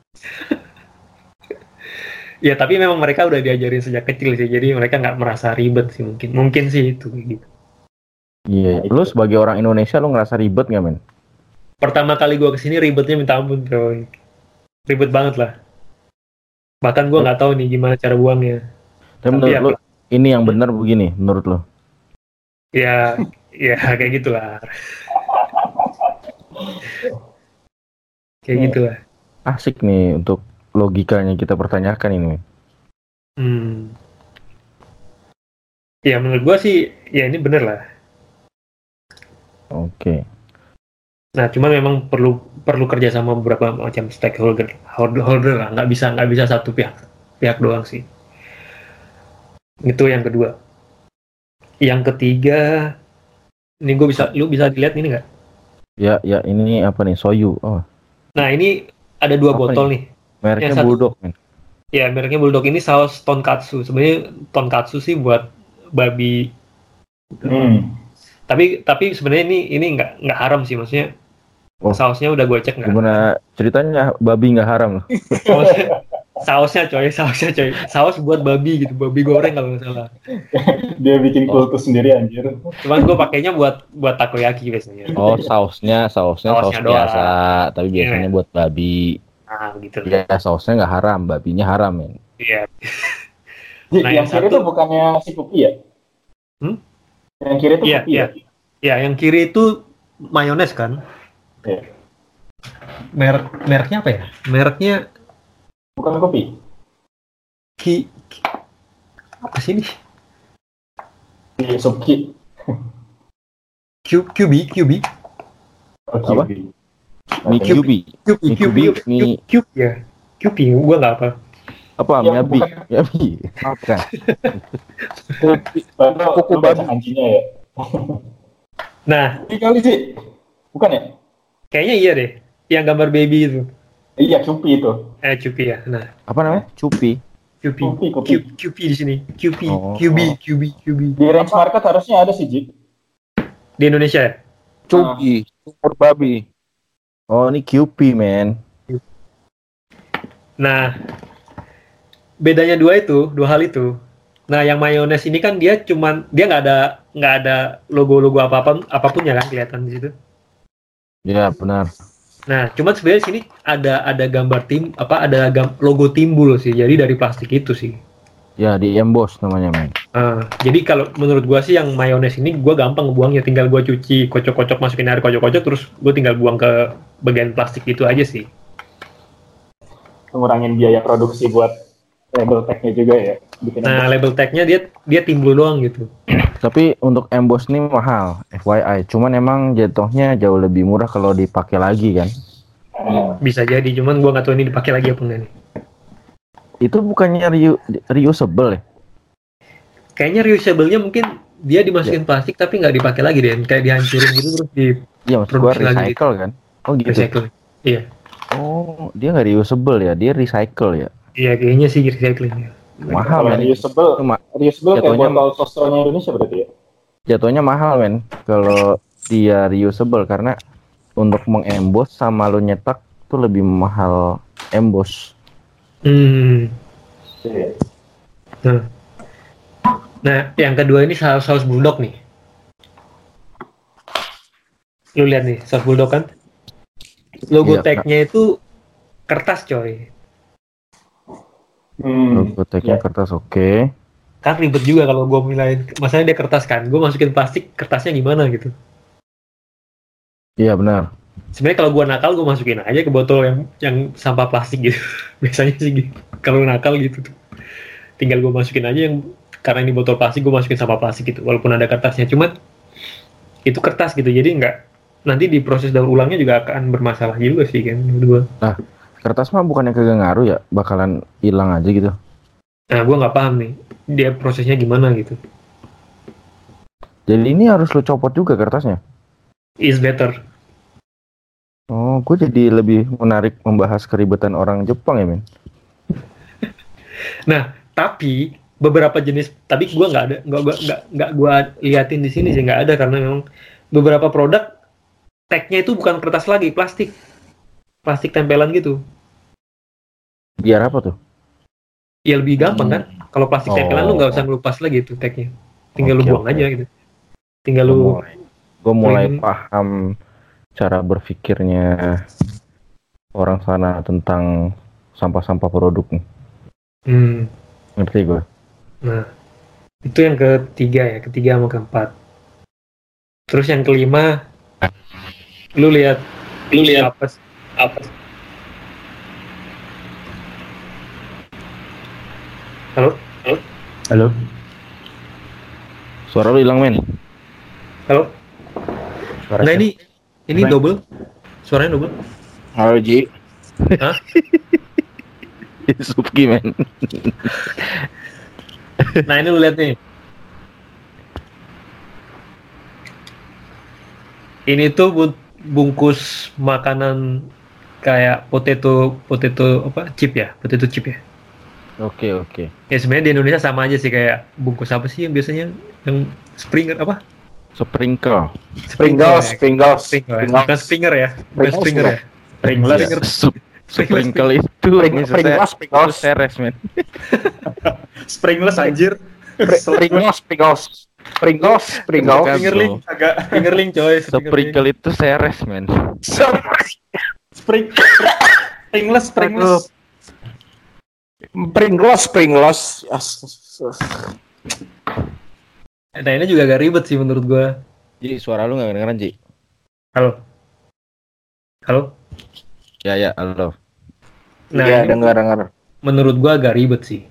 Ya, tapi memang mereka udah diajarin sejak kecil sih, jadi mereka nggak merasa ribet sih mungkin. Mungkin sih itu kayak gitu. Iya, lu sebagai orang Indonesia lu ngerasa ribet nggak, men? Pertama kali gue kesini ribetnya minta ampun, coy. Ribet banget lah. Bahkan gue nggak tahu nih gimana cara buangnya. Tapi Tapi menurut ya- lu ini yang benar begini menurut lu? Ya, ya kayak gitulah. Kayak Hmm. gitulah. Asik nih untuk logikanya kita pertanyakan ini. men. Hmm. Ya menurut gue sih, ya ini bener lah. Oke. Nah, cuman memang perlu perlu kerja sama beberapa macam stakeholder, holder, holder lah. Nggak bisa nggak bisa satu pihak pihak doang sih. Itu yang kedua. Yang ketiga, ini gue bisa, lu bisa dilihat ini nggak? Ya, ya ini apa nih? Soyu. Oh, Nah, ini ada dua Apa botol nih. mereknya Yang satu- Bulldog, men. Ya, mereknya Bulldog. Ini saus tonkatsu. Sebenarnya tonkatsu sih buat babi. Hmm. Tapi tapi sebenarnya ini ini nggak nggak haram sih, maksudnya. Oh. Sausnya udah gue cek nggak. Gimana ceritanya babi nggak haram loh? Sausnya, sausnya coy, sausnya coy. Saus buat babi gitu, babi goreng kalau nggak salah. Dia bikin kultus sendiri anjir. Cuman gue pakainya buat buat takoyaki biasanya. Oh, sausnya, sausnya saus Sausnya doang. biasa, tapi biasanya Iya. buat babi. Nah, gitu. Ya, sausnya nggak haram, babinya haram, men. Iya. Ji, Nah, yang yang kiri satu- tuh bukannya si Kupi ya? Hmm? Yang kiri tuh Iya, Kupi iya. ya? Ya, yang kiri itu mayones kan? Iya. Merek mereknya apa ya? Mereknya Bukan Kupi. Ki, Ki apa sih ini? Si Subki. Q, QB, QB, Oh, Apa? Kyubi. Mi Oke. Kyubi. QB, Mi QB, Kyubi, Mi- Q ya. QB, gua nggak apa. Apa? Ya, Miyabi. bukan. Miyabi. Bukan. Padahal Kuku lu baca babi. kanjinya ya? Nah, Ini kali sih. Bukan ya? kayaknya iya deh. Yang gambar baby itu. Iya, Kupi itu. Eh, QB ya. Nah, Apa namanya? Cupi. QB, Kupi, Q, Kupi. QB di sini. QB, Oh. QB, QB, QB. Di range market harusnya ada sih, Ji. Di Indonesia ya? Cubi, sumur babi. Oh, ini Kyupi, men. Nah, bedanya dua itu, dua hal itu. Nah, yang mayones ini kan dia cuman dia nggak ada nggak ada logo-logo apapun apapun ya kan kelihatan di situ. Ya, benar. Nah, cuman sebenarnya sini ada ada gambar tim apa ada gam, logo timbul sih. Jadi dari plastik itu sih. Ya, di emboss namanya, men. Ah, jadi kalau menurut gua sih yang mayones ini gua gampang ngebuangnya, tinggal gua cuci, kocok-kocok, masukin air kocok-kocok, terus gua tinggal buang ke bagian plastik itu aja sih. Ngurangin biaya produksi buat label tag-nya juga ya. Bikin Nah, label tag-nya dia dia timbul doang gitu. Tapi untuk emboss ini mahal, F Y I. Cuman emang jatuhnya jauh lebih murah kalau dipakai lagi kan. Hmm. Bisa jadi, cuman gua nggak tahu ini dipakai lagi apa enggak nih. Itu bukannya reu- reusable ya? Kayaknya reusable-nya mungkin dia dimasukin plastik tapi nggak dipakai lagi deh, kayak dihancurin gitu terus di Iya, maksud gua Produksi lagi recycle kan. Oh gitu. recycle. Iya, Oh, dia nggak reusable ya, dia recycle ya. iya kayaknya sih recycling. Mahal, Kalau men. reusable, Cuma reusable kayak jatuhnya- botol sosronya Indonesia berarti ya? jatuhnya mahal, men. Kalau dia reusable karena untuk mengemboss sama lo nyetak tuh lebih mahal emboss. Hmm. Iya. Nah, nah yang kedua ini saus saus bulldog nih. Lu lihat nih, South Bulldog kan? Logo Iya, tag-nya itu kertas coy. Hmm. Logo tag-nya kertas, oke. Kan ribet juga kalau gue milain. Masalahnya dia kertas kan, gue masukin plastik, kertasnya gimana gitu. Iya benar. Sebenarnya kalau gue nakal, gue masukin aja ke botol yang yang sampah plastik gitu. Biasanya sih gitu. Kalau nakal gitu tuh. Tinggal gue masukin aja yang, karena ini botol plastik, gue masukin sampah plastik gitu. Walaupun ada kertasnya, cuman itu kertas gitu. Jadi nggak, nanti di proses daur ulangnya juga akan bermasalah juga sih kan menurut gue. Nah, kertas mah bukannya kagak ngaruh ya, bakalan hilang aja gitu. Nah, gue nggak paham nih, dia prosesnya gimana gitu. Jadi ini harus lo copot juga kertasnya. Is better. Oh, gue jadi lebih menarik membahas keribetan orang Jepang ya, men. Nah, tapi beberapa jenis, tapi gue nggak ada, nggak nggak nggak nggak gue liatin di sini sih, nggak ada, karena memang beberapa produk tag-nya itu bukan kertas lagi, plastik, plastik tempelan gitu. Biar apa tuh? Ya lebih gampang kan? Kalau plastik tempelan lu nggak usah Oh. ngelupas lagi tuh tag-nya, tinggal lu Oke, buang oke. aja gitu. Tinggal Gue lu mulai, gue mulai Paling- paham cara berpikirnya orang sana tentang sampah-sampah produk nih. hmm, Ngerti gue. Nah, itu yang ketiga ya, ketiga sama keempat. Terus yang kelima, lu lihat, lu lihat apa? Apa? Halo, halo, Halo. Suara lu hilang, men. halo. Suara Nah siapa? ini, ini Apa? double, suaranya double. Halo Ji. Hah? Subki, men. Nah ini lu lihat nih. Ini tuh bu- bungkus makanan kayak potato, potato apa? Chip ya, potato chip ya. Oke, oke. Ya sebenarnya di Indonesia sama aja sih, kayak bungkus apa sih yang biasanya yang Springer apa? Sprinkle. Pringles, ya. Pringles, Springer ya. Pringles. Bukan Springer ya. Bukan Pringles, Springer ya. Pringles. Springer. Sup- Sprinkle itu Pring- maksudnya- Pringles, itu Pringles. seres, men. Springless anjir. Pringles, Pringles. Pringles, Pringles. Bukan, Fingerling. bro. Agak Fingerling coy. Sprinkle itu seres, men. spring. Pringles, Pringles. Pringles, Pringles. Yes. Nah ini juga agak ribet sih menurut gua. Ji, suara lu gak kedengeran, Ji? Halo. Halo. Ya, ya, halo. Nah Iya, ini dengar, dengar. menurut gua agak ribet sih.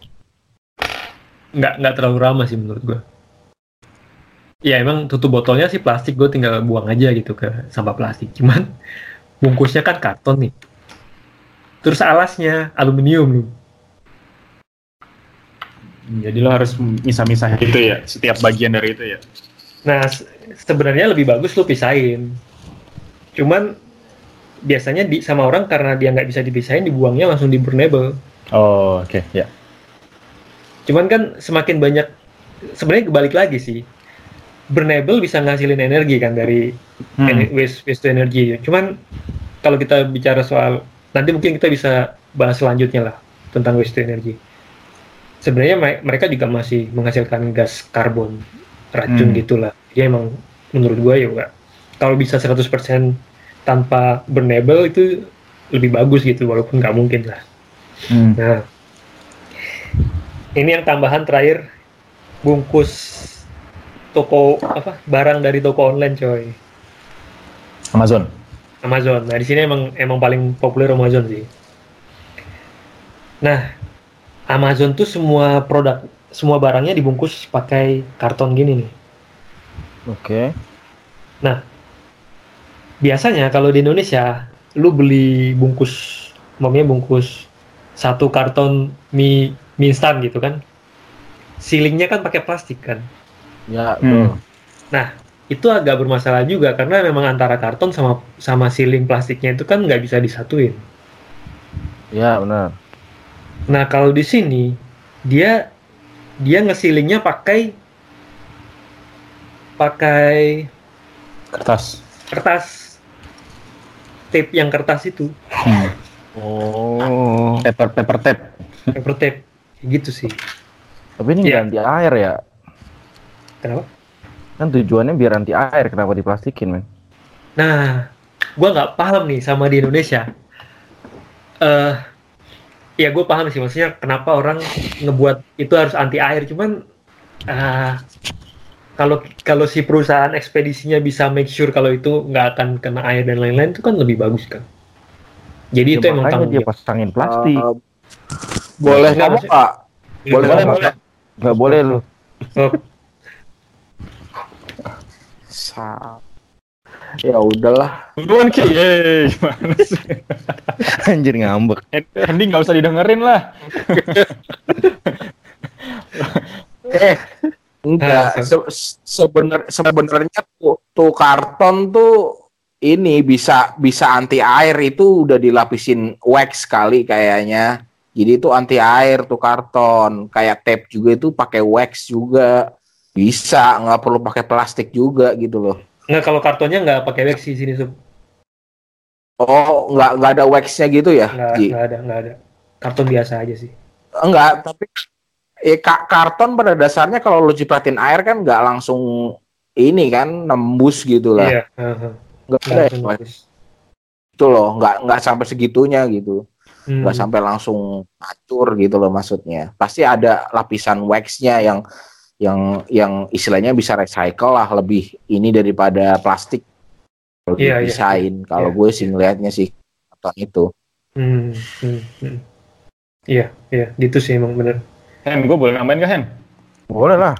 Nggak nggak terlalu ramah sih menurut gua. Ya emang tutup botolnya sih plastik, gue tinggal buang aja gitu ke sampah plastik. Cuman bungkusnya kan karton nih. Terus alasnya aluminium nih. Jadi lo harus misah-misah gitu ya, setiap bagian dari itu ya. Nah se- sebenarnya lebih bagus lu pisahin. Cuman biasanya di sama orang karena dia nggak bisa dipisahin, dibuangnya langsung di burnable. Oh, oke, ya. Cuman kan semakin banyak, sebenarnya kebalik lagi sih. Burnable bisa ngasilin energi kan dari Hmm. ener- waste waste to energy. Cuman kalau kita bicara soal, nanti mungkin kita bisa bahas selanjutnya lah tentang waste to energy. Sebenarnya me- mereka juga masih menghasilkan gas karbon racun Hmm. gitulah. Dia emang menurut gue ya nggak, kalau bisa seratus persen tanpa burnable itu lebih bagus gitu, walaupun nggak mungkin lah. Hmm. Nah, ini yang tambahan terakhir, bungkus toko apa barang dari toko online coy, Amazon. Amazon. Nah di sini emang emang paling populer Amazon sih. Nah Amazon tuh semua produk, semua barangnya dibungkus pakai karton gini nih. Oke. Nah biasanya kalau di Indonesia lu beli bungkus, maksudnya bungkus satu karton mie mie instan gitu kan, sealingnya kan pakai plastik kan. Ya, Hmm. tuh. Nah, itu agak bermasalah juga karena memang antara karton sama sama sealing plastiknya itu kan nggak bisa disatuin. Ya, benar. Nah, kalau di sini dia dia ngesilingnya pakai pakai Kertas. kertas tape yang kertas itu, Hmm. Oh. Paper paper tape. paper tape gitu sih. Tapi ini Ya. nggak anti air ya? Kenapa? Kan tujuannya biar anti air, kenapa diplastikin, men? Nah, gue nggak paham nih sama di Indonesia. Eh, uh, ya gue paham sih maksudnya kenapa orang ngebuat itu harus anti air. Cuman uh, kalau kalau si perusahaan ekspedisinya bisa make sure kalau itu nggak akan kena air dan lain-lain, itu kan lebih bagus kan. Jadi Ya, itu emang makanya tanggung dia jawab. pasangin plastik. Uh, boleh Nggak, ngomong maksud- nggak? Boleh Boleh, ngomong boleh. Nggak boleh lu. Oh, Sa- Ya udahlah. Buruan Ki, yeay, gimana sih? Anjir ngambek. Hendy nggak usah didengerin lah. Eh, enggak. Ah, Se- se- sebener sebenarnya tuh, tuh karton tuh ini bisa bisa anti air, itu udah dilapisin wax kali kayaknya. Jadi itu anti air tuh karton. Kayak tape juga itu pakai wax juga. Bisa, nggak perlu pakai plastik juga gitu loh. nggak, kalau kartonnya nggak pakai wax di sini Sub. Oh, nggak nggak ada waxnya gitu ya? Nggak, Ji? nggak ada, nggak ada. Karton biasa aja sih. Enggak, tapi eh, ka- karton pada dasarnya kalau lo cipratin air kan nggak langsung ini kan nembus gitu lah. Iya. uh-huh. Nggak Nggak ada langsung ya, bagus. itu loh, nggak nggak sampai segitunya gitu, Hmm. nggak sampai langsung hancur gitu loh maksudnya. Pasti ada lapisan waxnya yang yang yang istilahnya bisa recycle lah, lebih ini daripada plastik kalau Iya, iya, dipisahin. Kalau iya, gue sih iya. ngelihatnya sih karton itu. Hmm, hmm, hmm. Iya, iya, gitu sih emang bener. Hen, gue boleh nambahin gak Hen? Boleh lah.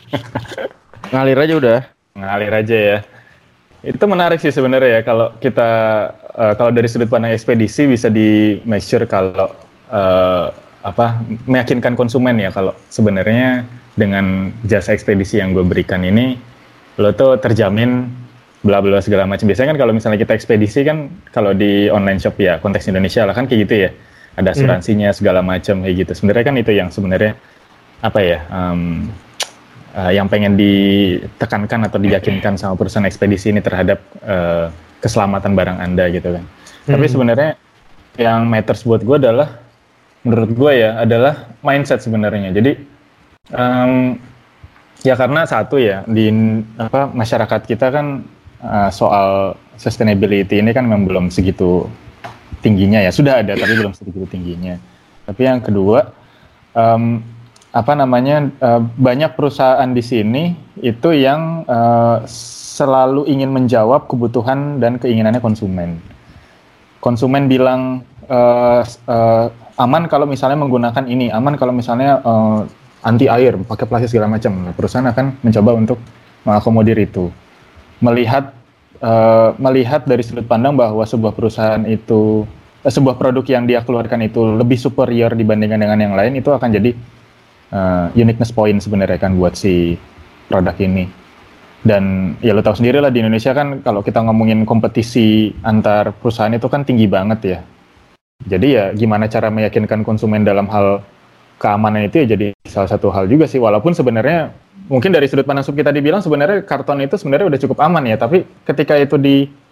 Ngalir aja udah. Ngalir aja ya. Itu menarik sih sebenarnya ya kalau kita uh, kalau dari sudut pandang ekspedisi bisa di measure kalau uh, apa meyakinkan konsumen ya kalau sebenarnya dengan jasa ekspedisi yang gue berikan ini lo tuh terjamin bla bla segala macam. Biasanya kan kalau misalnya kita ekspedisi kan kalau di online shop ya konteks Indonesia lah kan kayak gitu ya. Ada asuransinya segala macam kayak gitu. Sebenarnya kan itu yang sebenarnya apa ya um, uh, yang pengen ditekankan atau diyakinkan sama perusahaan ekspedisi ini terhadap uh, keselamatan barang Anda gitu kan. Hmm. Tapi sebenarnya yang matters buat gue adalah menurut gue ya adalah mindset sebenarnya. Jadi um, ya karena satu ya di apa masyarakat kita kan uh, soal sustainability ini kan memang belum segitu tingginya ya, sudah ada tapi belum segitu tingginya. Tapi yang kedua um, apa namanya uh, banyak perusahaan di sini itu yang uh, selalu ingin menjawab kebutuhan dan keinginannya konsumen. Konsumen bilang uh, uh, aman kalau misalnya menggunakan ini, aman kalau misalnya uh, anti air, pakai plastik segala macam. Perusahaan akan mencoba untuk mengakomodir itu. Melihat uh, melihat dari sudut pandang bahwa sebuah perusahaan itu uh, sebuah produk yang dia keluarkan itu lebih superior dibandingkan dengan yang lain, itu akan jadi uh, uniqueness point sebenarnya kan buat si produk ini. Dan ya lo tahu sendiri lah di Indonesia kan kalau kita ngomongin kompetisi antar perusahaan itu kan tinggi banget ya. Jadi ya gimana cara meyakinkan konsumen dalam hal keamanan itu ya jadi salah satu hal juga sih. Walaupun sebenarnya mungkin dari sudut pandang sub kita dibilang sebenarnya karton itu sebenarnya udah cukup aman ya. Tapi ketika itu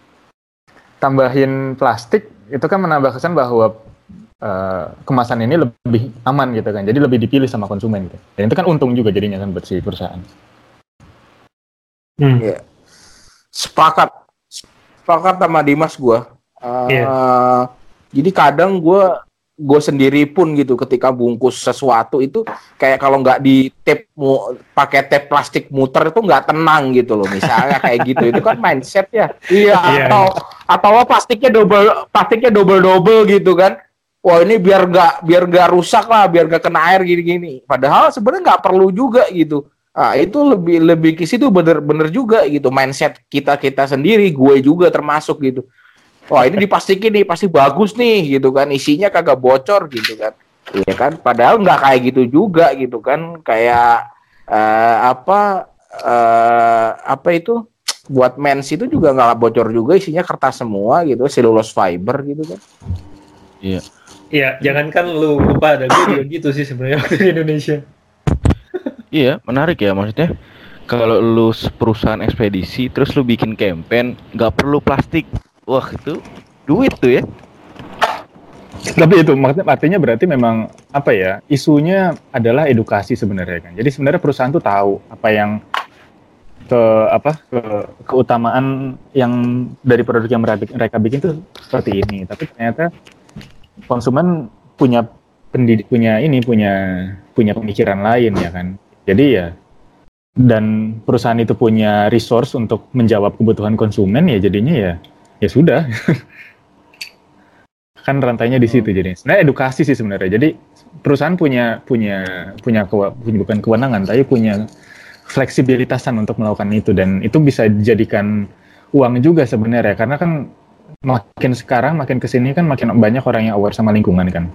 ditambahin plastik itu kan menambah kesan bahwa uh, kemasan ini lebih aman gitu kan. Jadi lebih dipilih sama konsumen gitu. Dan itu kan untung juga jadinya kan buat si perusahaan. Hmm. Ya. Sepakat, sepakat sama Dimas gue. Uh, Yeah. Jadi kadang gue gue sendiri pun gitu ketika bungkus sesuatu itu kayak kalau nggak di tape mu, pakai tape plastik muter itu nggak tenang gitu loh. Misalnya kayak gitu itu kan mindset ya. Iya. Yeah. Atau atau plastiknya double plastiknya double double gitu kan. Wah ini biar nggak biar nggak rusak lah, biar nggak kena air gini-gini. Padahal sebenarnya nggak perlu juga gitu. Ah itu lebih lebih ke situ bener-bener juga gitu mindset kita kita sendiri, gue juga termasuk gitu. Wah ini dipastikan nih pasti bagus nih gitu kan, isinya kagak bocor gitu kan. Iya kan, padahal nggak kayak gitu juga gitu kan, kayak uh, apa uh, apa itu buat mens itu juga nggak bocor juga, isinya kertas semua gitu, cellulose fiber gitu kan. Iya. Iya, jangankan lu lupa ada gue juga gitu sih sebenarnya waktu di Indonesia. Iya, menarik ya maksudnya. Kalau lu perusahaan ekspedisi terus lu bikin campaign nggak perlu plastik, wah itu duit tuh ya. Tapi itu maksudnya artinya berarti memang apa ya, isunya adalah edukasi sebenarnya kan. Jadi sebenarnya perusahaan tuh tahu apa yang ke apa ke keutamaan yang dari produk yang mereka, mereka bikin tuh seperti ini, tapi ternyata konsumen punya pendidik punya ini punya punya pemikiran lain ya kan. Jadi ya, dan perusahaan itu punya resource untuk menjawab kebutuhan konsumen, ya jadinya ya ya sudah. Kan rantainya di situ. Jadi sebenarnya edukasi sih sebenarnya. Jadi perusahaan punya punya punya kewa, bukan kewenangan, tapi punya fleksibilitasan untuk melakukan itu, dan itu bisa dijadikan uang juga sebenarnya, karena kan makin sekarang makin kesini kan makin banyak orang yang aware sama lingkungan kan.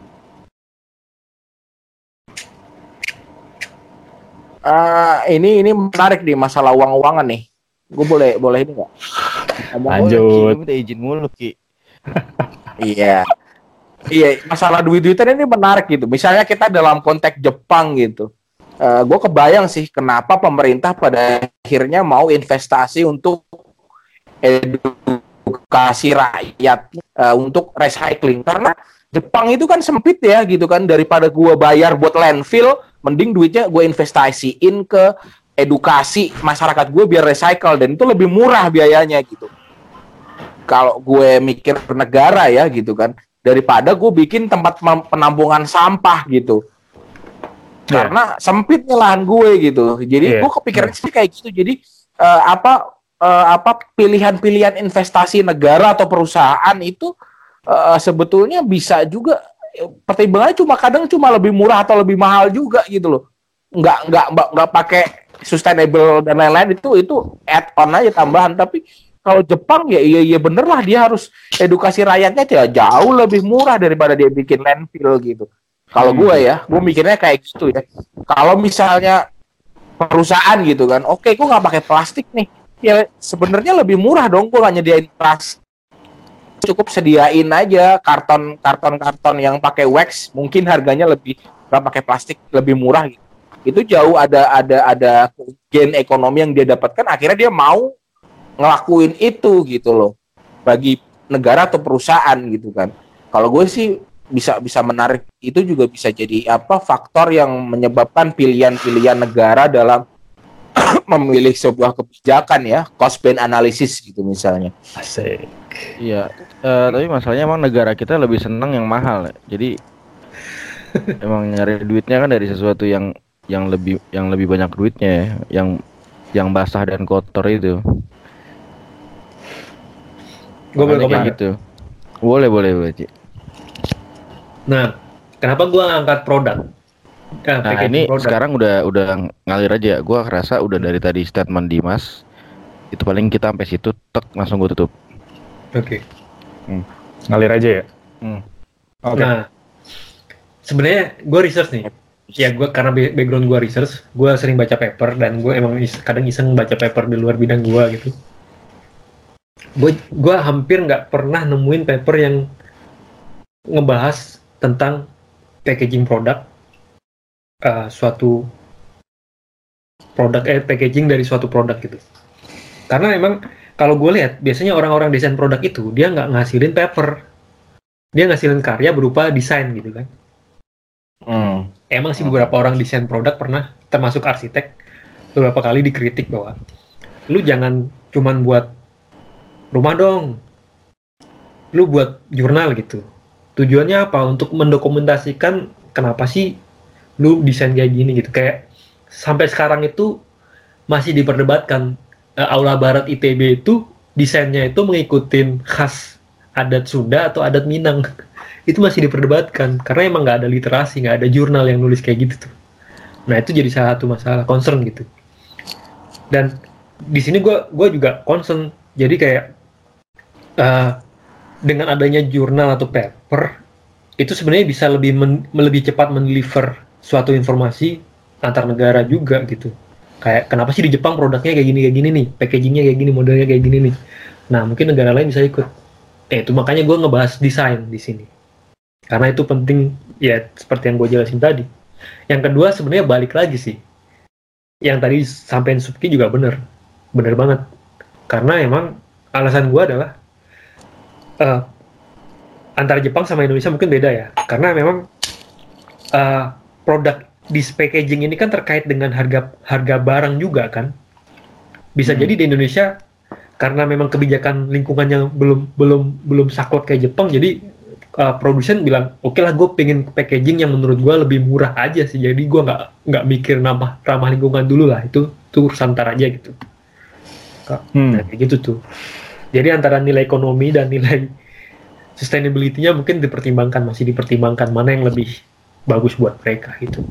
Uh, ini ini menarik nih masalah uang-uangan nih. Gue boleh boleh ini nggak? Lanjut. Minta izin mulu Ki. Iya. Iya, masalah duit-duitan ini menarik gitu. Misalnya kita dalam konteks Jepang gitu. Uh, gue kebayang sih kenapa pemerintah pada akhirnya mau investasi untuk edukasi rakyat uh, untuk recycling, karena Jepang itu kan sempit ya gitu kan, daripada gue bayar buat landfill, mending duitnya gue investasiin ke edukasi masyarakat gue biar recycle, dan itu lebih murah biayanya gitu. Kalau gue mikir negara ya gitu kan, daripada gue bikin tempat penampungan sampah gitu. Yeah. Karena sempitnya lahan gue gitu. Jadi yeah. gue kepikiran yeah. sih kayak gitu. Jadi uh, apa uh, apa pilihan-pilihan investasi negara atau perusahaan itu uh, sebetulnya bisa juga pertimbangannya cuma kadang cuma lebih murah atau lebih mahal juga gitu loh. Nggak nggak nggak, nggak pakai sustainable dan lain-lain, itu itu add on aja tambahan. Tapi kalau Jepang ya iya iya bener lah, dia harus edukasi rakyatnya ya jauh lebih murah daripada dia bikin landfill gitu. Kalau gue ya, gue mikirnya kayak gitu ya. Kalau misalnya perusahaan gitu kan, oke, gue nggak pakai plastik nih, ya sebenarnya lebih murah dong gue nggak nyediain plastik. Cukup sediain aja karton karton karton yang pakai wax, mungkin harganya lebih, nggak pakai plastik, lebih murah gitu. Itu jauh ada ada ada gain ekonomi yang dia dapatkan, akhirnya dia mau ngelakuin itu gitu loh bagi negara atau perusahaan gitu kan. Kalau gue sih bisa bisa menarik, itu juga bisa jadi apa faktor yang menyebabkan pilihan-pilihan negara dalam memilih sebuah kebijakan ya, cost benefit analysis gitu misalnya. Asik. Iya, uh, tapi masalahnya emang negara kita lebih senang yang mahal. Jadi emang nyari duitnya kan dari sesuatu yang yang lebih yang lebih banyak duitnya ya, yang yang basah dan kotor itu. Gue boleh kayak gitu. Boleh boleh boleh. Ci. Nah, kenapa gue ngangkat produk? Nah, nah ini produk. Sekarang udah udah ngalir aja. Gue kerasa udah dari tadi statement Dimas itu paling kita sampai situ, tek langsung gue tutup. Oke. Okay. Hmm. Ngalir aja ya. Hmm. Oke. Okay. Nah, sebenarnya gue research nih. Ya gue karena background gue research, gue sering baca paper dan gue emang is- kadang iseng baca paper di luar bidang gue gitu. Gue gue hampir nggak pernah nemuin paper yang ngebahas tentang packaging produk, uh, suatu produk eh packaging dari suatu produk gitu. Karena emang kalau gue lihat biasanya orang-orang desain produk itu dia nggak ngasilin paper, dia ngasilin karya berupa desain gitu kan. Hmm. Emang sih beberapa orang desain produk pernah, termasuk arsitek, beberapa kali dikritik bahwa lu jangan cuman buat rumah dong, lu buat jurnal gitu. Tujuannya apa? Untuk mendokumentasikan kenapa sih lu desain kayak gini gitu. Kayak sampai sekarang itu masih diperdebatkan. Uh, Aula Barat I T B itu desainnya itu mengikutin khas adat Sunda atau adat Minang. Itu masih diperdebatkan karena emang nggak ada literasi, nggak ada jurnal yang nulis kayak gitu tuh. Nah itu jadi salah satu masalah concern gitu. Dan di sini gue gue juga concern. Jadi kayak uh, dengan adanya jurnal atau paper itu sebenarnya bisa lebih men, lebih cepat mendeliver suatu informasi antar negara juga gitu. Kayak kenapa sih di Jepang produknya kayak gini kayak gini nih, packagingnya kayak gini, modelnya kayak gini nih. Nah mungkin negara lain bisa ikut. Eh itu makanya gue ngebahas desain di sini. Karena itu penting ya seperti yang gue jelasin tadi. Yang kedua sebenarnya balik lagi sih. Yang tadi sampein Subki juga bener, bener banget. Karena emang alasan gue adalah uh, antara Jepang sama Indonesia mungkin beda ya. Karena memang uh, produk dis packaging ini kan terkait dengan harga harga barang juga kan. Bisa Hmm. jadi di Indonesia karena memang kebijakan lingkungannya belum belum belum saklek kayak Jepang, jadi uh, produsen bilang oke lah gue pengen packaging yang menurut gue lebih murah aja sih, jadi gue nggak nggak mikir nambah ramah lingkungan dulu lah, itu tuh urusan ntar aja gitu. Hmm. Nah, kayak gitu tuh. Jadi antara nilai ekonomi dan nilai sustainability-nya mungkin dipertimbangkan, masih dipertimbangkan mana yang lebih bagus buat mereka gitu.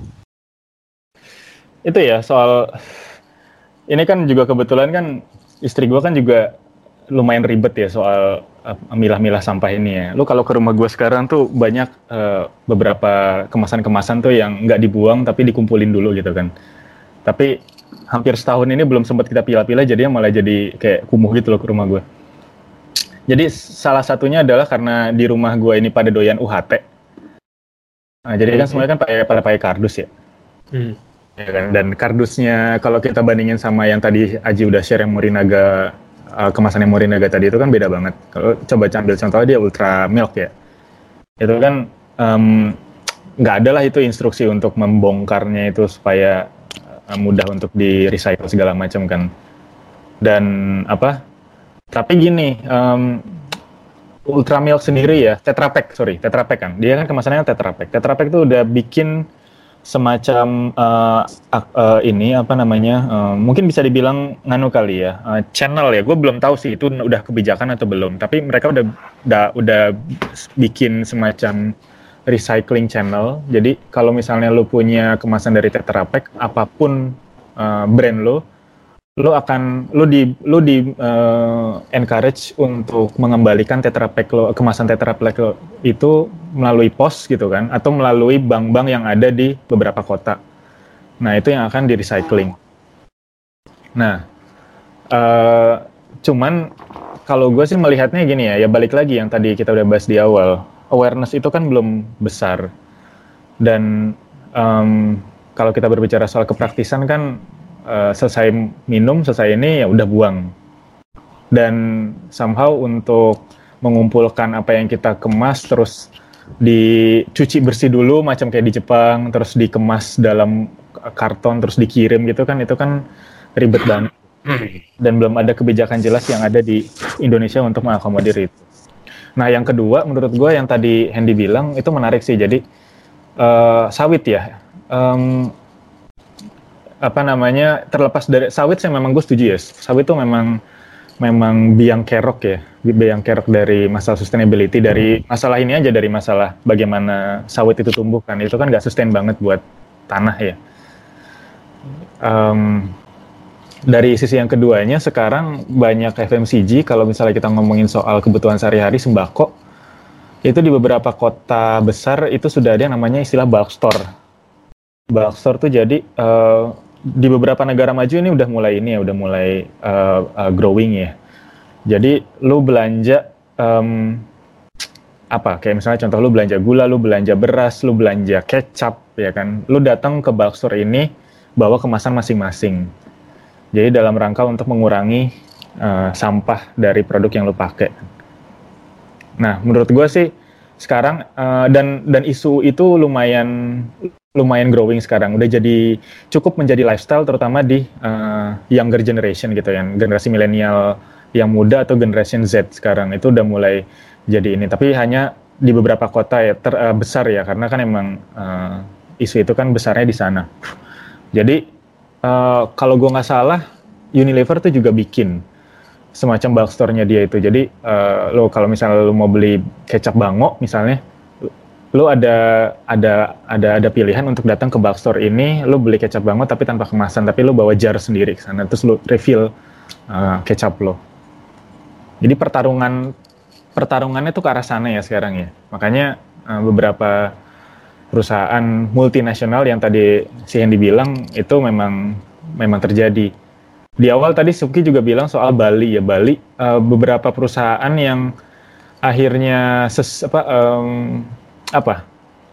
Itu ya soal ini kan juga kebetulan kan istri gue kan juga lumayan ribet ya soal uh, milah-milah sampah ini ya. Lu kalau ke rumah gue sekarang tuh banyak uh, beberapa kemasan-kemasan tuh yang nggak dibuang tapi dikumpulin dulu gitu kan. Tapi hampir setahun ini belum sempat kita pilah-pilah, jadinya malah jadi kayak kumuh gitu loh ke rumah gue. Jadi salah satunya adalah karena di rumah gue ini pada doyan U H T. Nah, jadi kan semuanya kan pakai pada pakai kardus ya. Hmm. Ya kan? Dan kardusnya kalau kita bandingin sama yang tadi Aji udah share yang Morinaga, uh, kemasan yang Morinaga tadi itu kan beda banget. Kalau coba ambil contohnya dia Ultra Milk ya. Itu kan um, nggak ada lah itu instruksi untuk membongkarnya itu supaya uh, mudah untuk di recycle segala macam kan. Dan apa? Tapi gini, um, Ultra Milk sendiri ya, Tetra Pak, sorry, Tetra Pak kan. Dia kan kemasannya Tetra Pak. Tetra Pak itu udah bikin semacam uh, uh, ini apa namanya, uh, mungkin bisa dibilang nganu kali ya, uh, channel ya. Gue belum tahu sih itu udah kebijakan atau belum. Tapi mereka udah udah, udah bikin semacam recycling channel. Jadi kalau misalnya lu punya kemasan dari Tetra Pak, apapun uh, brand lo, lu akan lu di lu di uh, encourage untuk mengembalikan Tetra Pak lo, kemasan Tetra Pak lo itu melalui pos gitu kan, atau melalui bank-bank yang ada di beberapa kota. Nah itu yang akan di recycling. Nah uh, cuman kalau gue sih melihatnya gini ya, ya balik lagi yang tadi kita udah bahas di awal, awareness itu kan belum besar, dan um, kalau kita berbicara soal kepraktisan kan Uh, selesai minum, selesai ini ya udah buang. Dan somehow untuk mengumpulkan apa yang kita kemas terus dicuci bersih dulu macam kayak di Jepang, terus dikemas dalam karton terus dikirim gitu kan, itu kan ribet banget. Dan belum ada kebijakan jelas yang ada di Indonesia untuk mengakomodir itu. Nah yang kedua menurut gue yang tadi Hendy bilang itu menarik sih. Jadi uh, sawit ya, um, apa namanya, terlepas dari sawit saya memang gue setuju ya, sawit itu memang memang biang kerok ya, biang kerok dari masalah sustainability, dari masalah ini aja, dari masalah bagaimana sawit itu tumbuh kan, itu kan nggak sustain banget buat tanah ya. Um, dari sisi yang keduanya sekarang banyak F M C G, kalau misalnya kita ngomongin soal kebutuhan sehari-hari sembako, itu di beberapa kota besar itu sudah ada yang namanya istilah bulk store. Bulk store tuh jadi uh, di beberapa negara maju ini udah mulai ini ya, udah mulai uh, uh, growing ya. Jadi lu belanja um, apa? Kayak misalnya contoh lu belanja gula, lu belanja beras, lu belanja kecap ya kan. Lu datang ke bulk store ini bawa kemasan masing-masing. Jadi dalam rangka untuk mengurangi uh, sampah dari produk yang lu pakai. Nah, menurut gue sih sekarang uh, dan dan isu itu lumayan lumayan growing sekarang, udah jadi cukup menjadi lifestyle terutama di uh, younger generation gitu ya, generasi milenial yang muda atau generation Z sekarang itu udah mulai jadi ini, tapi hanya di beberapa kota ya ter, uh, besar ya, karena kan emang uh, isu itu kan besarnya di sana. Jadi uh, kalau gue nggak salah Unilever tuh juga bikin semacam bulk store-nya dia itu. Jadi uh, lo kalau misalnya lo mau beli kecap Bango misalnya, lo ada ada ada ada pilihan untuk datang ke bulk store ini, lo beli kecap Bango tapi tanpa kemasan, tapi lo bawa jar sendiri ke sana, terus lo refill uh, kecap lo. Jadi pertarungan pertarungannya tuh ke arah sana ya sekarang ya. Makanya uh, beberapa perusahaan multinasional yang tadi si Hendy bilang itu memang memang terjadi. Di awal tadi Suki juga bilang soal Bali ya, Bali uh, beberapa perusahaan yang akhirnya ses, apa um, apa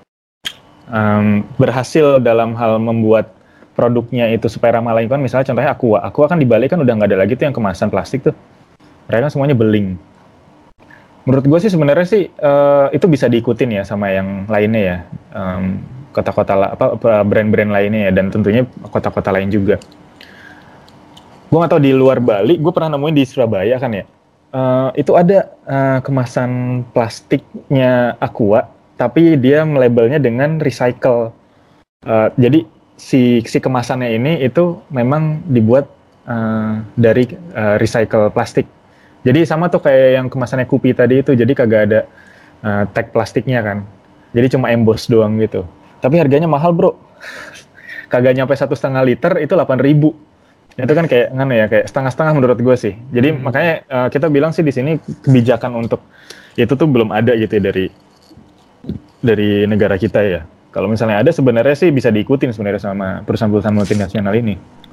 um, berhasil dalam hal membuat produknya itu supaya ramah lingkungan, misalnya contohnya Aqua. Aqua kan di Bali kan udah nggak ada lagi tuh yang kemasan plastik tuh, mereka kan semuanya beling. Menurut gue sih sebenarnya sih uh, itu bisa diikutin ya sama yang lainnya ya, um, kota-kota apa brand-brand lainnya ya, dan tentunya kota-kota lain juga. gue nggak tahu di luar Bali, gue pernah nemuin di Surabaya kan ya. Uh, itu ada uh, kemasan plastiknya Aqua, tapi dia melabelnya dengan recycle. Uh, jadi si si kemasannya ini itu memang dibuat uh, dari uh, recycle plastik. Jadi sama tuh kayak yang kemasannya Kopi tadi itu, jadi kagak ada uh, tag plastiknya kan. Jadi cuma emboss doang gitu. Tapi harganya mahal bro, kagak nyampe satu setengah liter itu delapan ribu. Itu kan kayak ngana ya, kayak setengah-setengah menurut gue sih. Jadi hmm. makanya uh, kita bilang sih di sini kebijakan untuk itu tuh belum ada gitu ya dari dari negara kita ya. Kalau misalnya ada sebenarnya sih bisa diikutin sebenarnya sama perusahaan-perusahaan multinasional ini.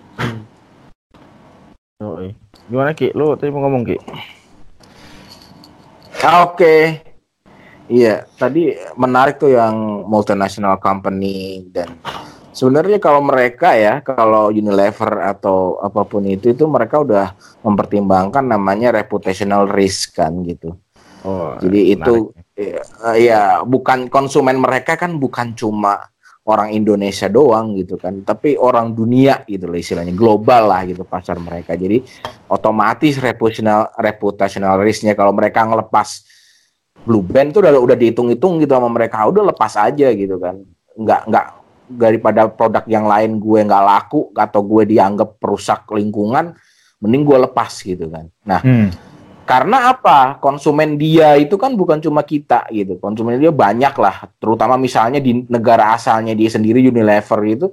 Oh, gimana Ki? Lu tadi mau ngomong Ki? Oke. Iya, tadi menarik tuh yang multinational company dan sebenarnya kalau mereka ya, kalau Unilever atau apapun itu, itu mereka udah mempertimbangkan namanya reputational risk kan gitu. Oh, jadi itu ya, ya bukan konsumen mereka kan bukan cuma orang Indonesia doang gitu kan, tapi orang dunia gitu loh istilahnya, global lah gitu pasar mereka. Jadi otomatis reputational reputational risk-nya kalau mereka ngelepas Blue Band tuh udah udah dihitung-hitung gitu sama mereka, udah lepas aja gitu kan. Nggak nggak daripada produk yang lain gue nggak laku atau gue dianggap perusak lingkungan, mending gue lepas gitu kan. Nah, hmm. karena apa? Konsumen dia itu kan bukan cuma kita gitu, konsumen dia banyak lah, terutama misalnya di negara asalnya dia sendiri Unilever itu,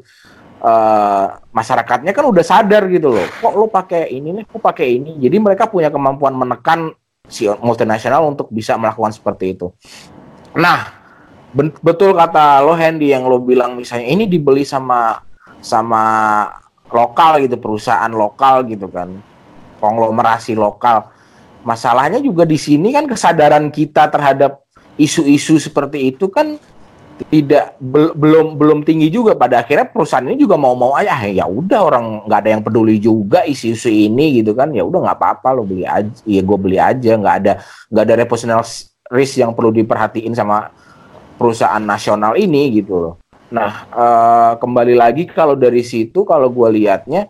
uh, masyarakatnya kan udah sadar gitu loh, kok lo pakai ini nih, kok pakai ini, jadi mereka punya kemampuan menekan si multinasional untuk bisa melakukan seperti itu. Nah, betul kata lo Hendy yang lo bilang misalnya ini dibeli sama sama lokal gitu, perusahaan lokal gitu kan, konglomerasi lokal. Masalahnya juga di sini kan kesadaran kita terhadap isu-isu seperti itu kan tidak be, belum belum tinggi juga. Pada akhirnya perusahaan ini juga mau-mau aja, ya udah orang nggak ada yang peduli juga isu-isu ini gitu kan, ya udah nggak apa-apa lo beli aja, ya gue beli aja, nggak ada nggak ada reputational risk yang perlu diperhatiin sama perusahaan nasional ini gitu loh. Nah, uh, kembali lagi kalau dari situ kalau gue lihatnya,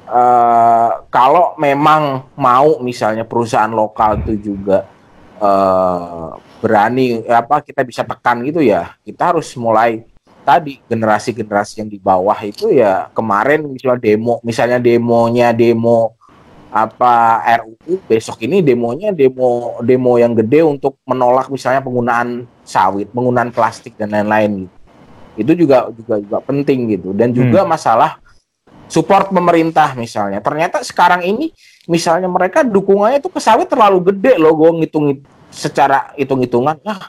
uh, kalau memang mau misalnya perusahaan lokal itu juga uh, berani apa kita bisa tekan gitu ya, kita harus mulai tadi generasi-generasi yang di bawah itu ya, kemarin misalnya demo misalnya demonya demo apa R U U, besok ini demonya demo demo yang gede untuk menolak misalnya penggunaan sawit, penggunaan plastik dan lain-lain gitu. Itu juga juga juga penting gitu. Dan juga hmm. masalah support pemerintah misalnya. Ternyata sekarang ini misalnya mereka dukungannya itu ke sawit terlalu gede loh, gue ngitung secara hitung-hitungan. Nah,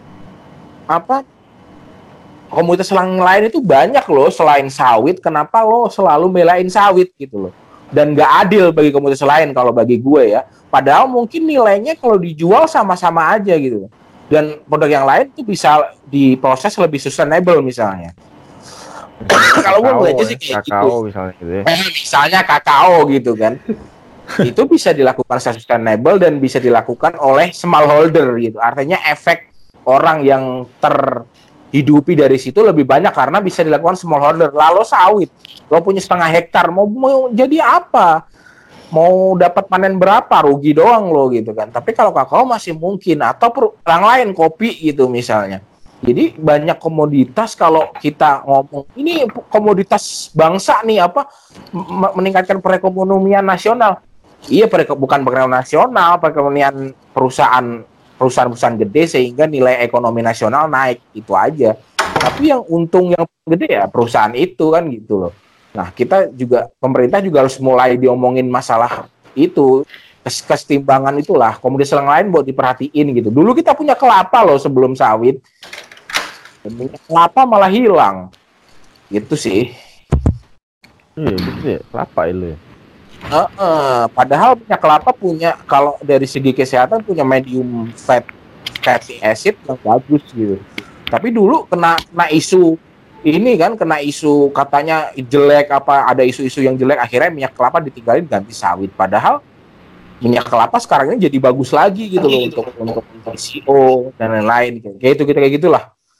apa komunitas yang lain itu banyak loh selain sawit, kenapa lo selalu belain sawit gitu loh. Dan gak adil bagi komunitas lain kalau bagi gue ya. Padahal mungkin nilainya kalau dijual sama-sama aja gitu. Dan produk yang lain tuh bisa diproses lebih sustainable misalnya. Kalau gue melihatnya sih kayak kakao, gitu. Misalnya, gitu ya. eh, misalnya kakao gitu kan. Itu bisa dilakukan secara sustainable dan bisa dilakukan oleh smallholder gitu. Artinya efek orang yang terhidupi dari situ lebih banyak karena bisa dilakukan smallholder. Lalu sawit, lo punya setengah hektar, mau, mau jadi apa? Mau dapat panen berapa, rugi doang lo gitu kan. Tapi kalau kakao masih mungkin, atau per, yang lain kopi gitu misalnya. Jadi banyak komoditas kalau kita ngomong ini komoditas bangsa nih apa m- meningkatkan perekonomian nasional. Iya, perek- bukan perekonomian nasional, perekonomian perusahaan perusahaan-perusahaan gede sehingga nilai ekonomi nasional naik, itu aja. Tapi yang untung yang gede ya perusahaan itu kan gitu loh. Nah, kita juga, pemerintah juga harus mulai diomongin masalah itu, kesetimbangan itulah, komoditas yang lain buat diperhatiin gitu. Dulu kita punya kelapa loh sebelum sawit, punya kelapa malah hilang, gitu sih. Iya, gitu ya, kelapa itu ya. Uh, uh, padahal punya kelapa punya, kalau dari segi kesehatan punya medium fat fatty acid yang bagus gitu. Tapi dulu kena kena isu ini kan, kena isu katanya jelek, apa ada isu-isu yang jelek, akhirnya minyak kelapa ditinggalin ganti sawit. Padahal minyak kelapa sekarang ini jadi bagus lagi gitu loh, untuk untuk P C O dan lain-lain kayak gitu gitu kayak gitulah.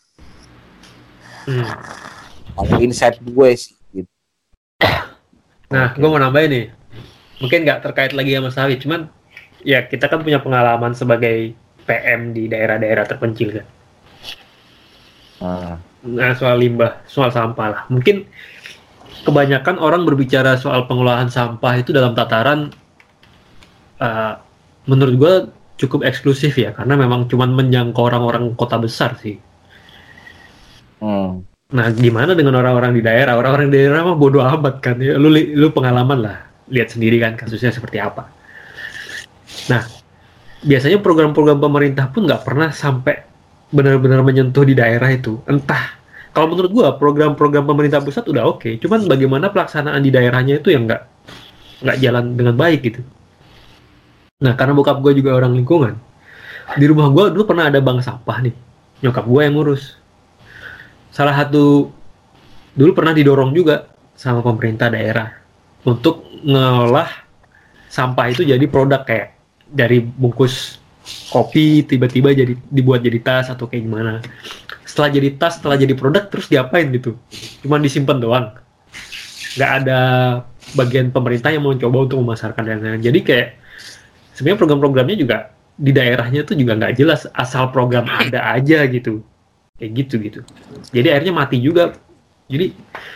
Hmm. Kalau insight gue sih gitu. Nah, gue mau nambahin nih. mungkin nggak terkait lagi sama sawit, cuman ya kita kan punya pengalaman sebagai P M di daerah-daerah terpencil kan. Ah. Nah, soal limbah, soal sampah lah. Mungkin kebanyakan orang berbicara soal pengolahan sampah itu dalam tataran uh, menurut gue cukup eksklusif ya, karena memang cuman menjangkau orang-orang kota besar sih. Hmm. Nah, gimana dengan orang-orang di daerah? Orang-orang di daerah mah bodo amat kan. Ya, lu lu pengalaman lah, lihat sendiri kan kasusnya seperti apa. Nah, biasanya program-program pemerintah pun nggak pernah sampai benar-benar menyentuh di daerah itu. Entah, kalau menurut gua program-program pemerintah pusat udah oke, okay, cuman bagaimana pelaksanaan di daerahnya itu yang nggak nggak jalan dengan baik gitu. Nah, karena bokap gua juga orang lingkungan, di rumah gua dulu pernah ada bank sampah nih, nyokap gua yang ngurus. Salah satu dulu pernah didorong juga sama pemerintah daerah untuk ngolah sampah itu jadi produk, kayak dari bungkus kopi tiba-tiba jadi dibuat jadi tas atau kayak gimana. Setelah jadi tas, setelah jadi produk terus diapain gitu? Cuman disimpan doang. Nggak ada bagian pemerintah yang mau coba untuk memasarkan dan lain-lain. Jadi kayak sebenarnya program-programnya juga di daerahnya tuh juga nggak jelas, asal program ada aja gitu. Kayak gitu gitu. Jadi akhirnya mati juga. Jadi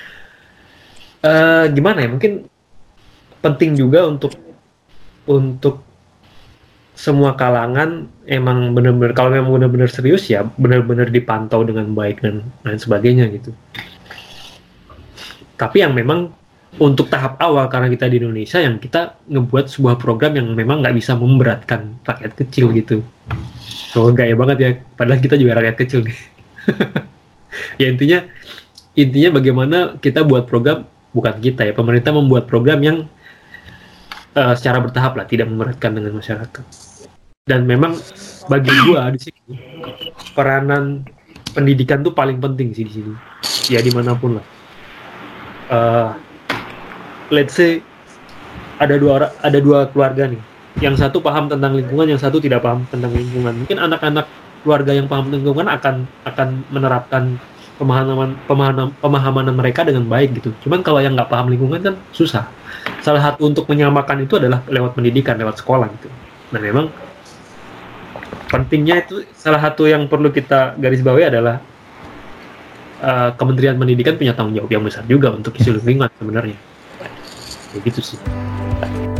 uh, gimana ya? Mungkin penting juga untuk untuk semua kalangan emang benar-benar, kalau memang benar-benar serius ya benar-benar dipantau dengan baik dan lain sebagainya gitu. Tapi yang memang untuk tahap awal, karena kita di Indonesia, yang kita ngebuat sebuah program yang memang nggak bisa memberatkan rakyat kecil gitu. So gaya banget ya, padahal kita juga rakyat kecil nih. Ya intinya intinya bagaimana kita buat program, bukan kita ya, pemerintah membuat program yang uh, secara bertahap lah, tidak memberatkan dengan masyarakat. Dan memang bagi gua di sini peranan pendidikan tuh paling penting sih di sini. Ya dimanapun lah. Uh, let's say ada dua orang, ada dua keluarga nih. Yang satu paham tentang lingkungan, yang satu tidak paham tentang lingkungan. Mungkin anak-anak keluarga yang paham tentang lingkungan akan akan menerapkan pemahaman pemahaman pemahaman mereka dengan baik gitu. Cuman kalau yang nggak paham lingkungan kan susah. Salah satu untuk menyamakan itu adalah lewat pendidikan, lewat sekolah gitu. Nah memang pentingnya itu, salah satu yang perlu kita garis bawahi adalah uh, Kementerian Pendidikan punya tanggung jawab yang besar juga untuk isu lingkungan sebenarnya. Begitu sih.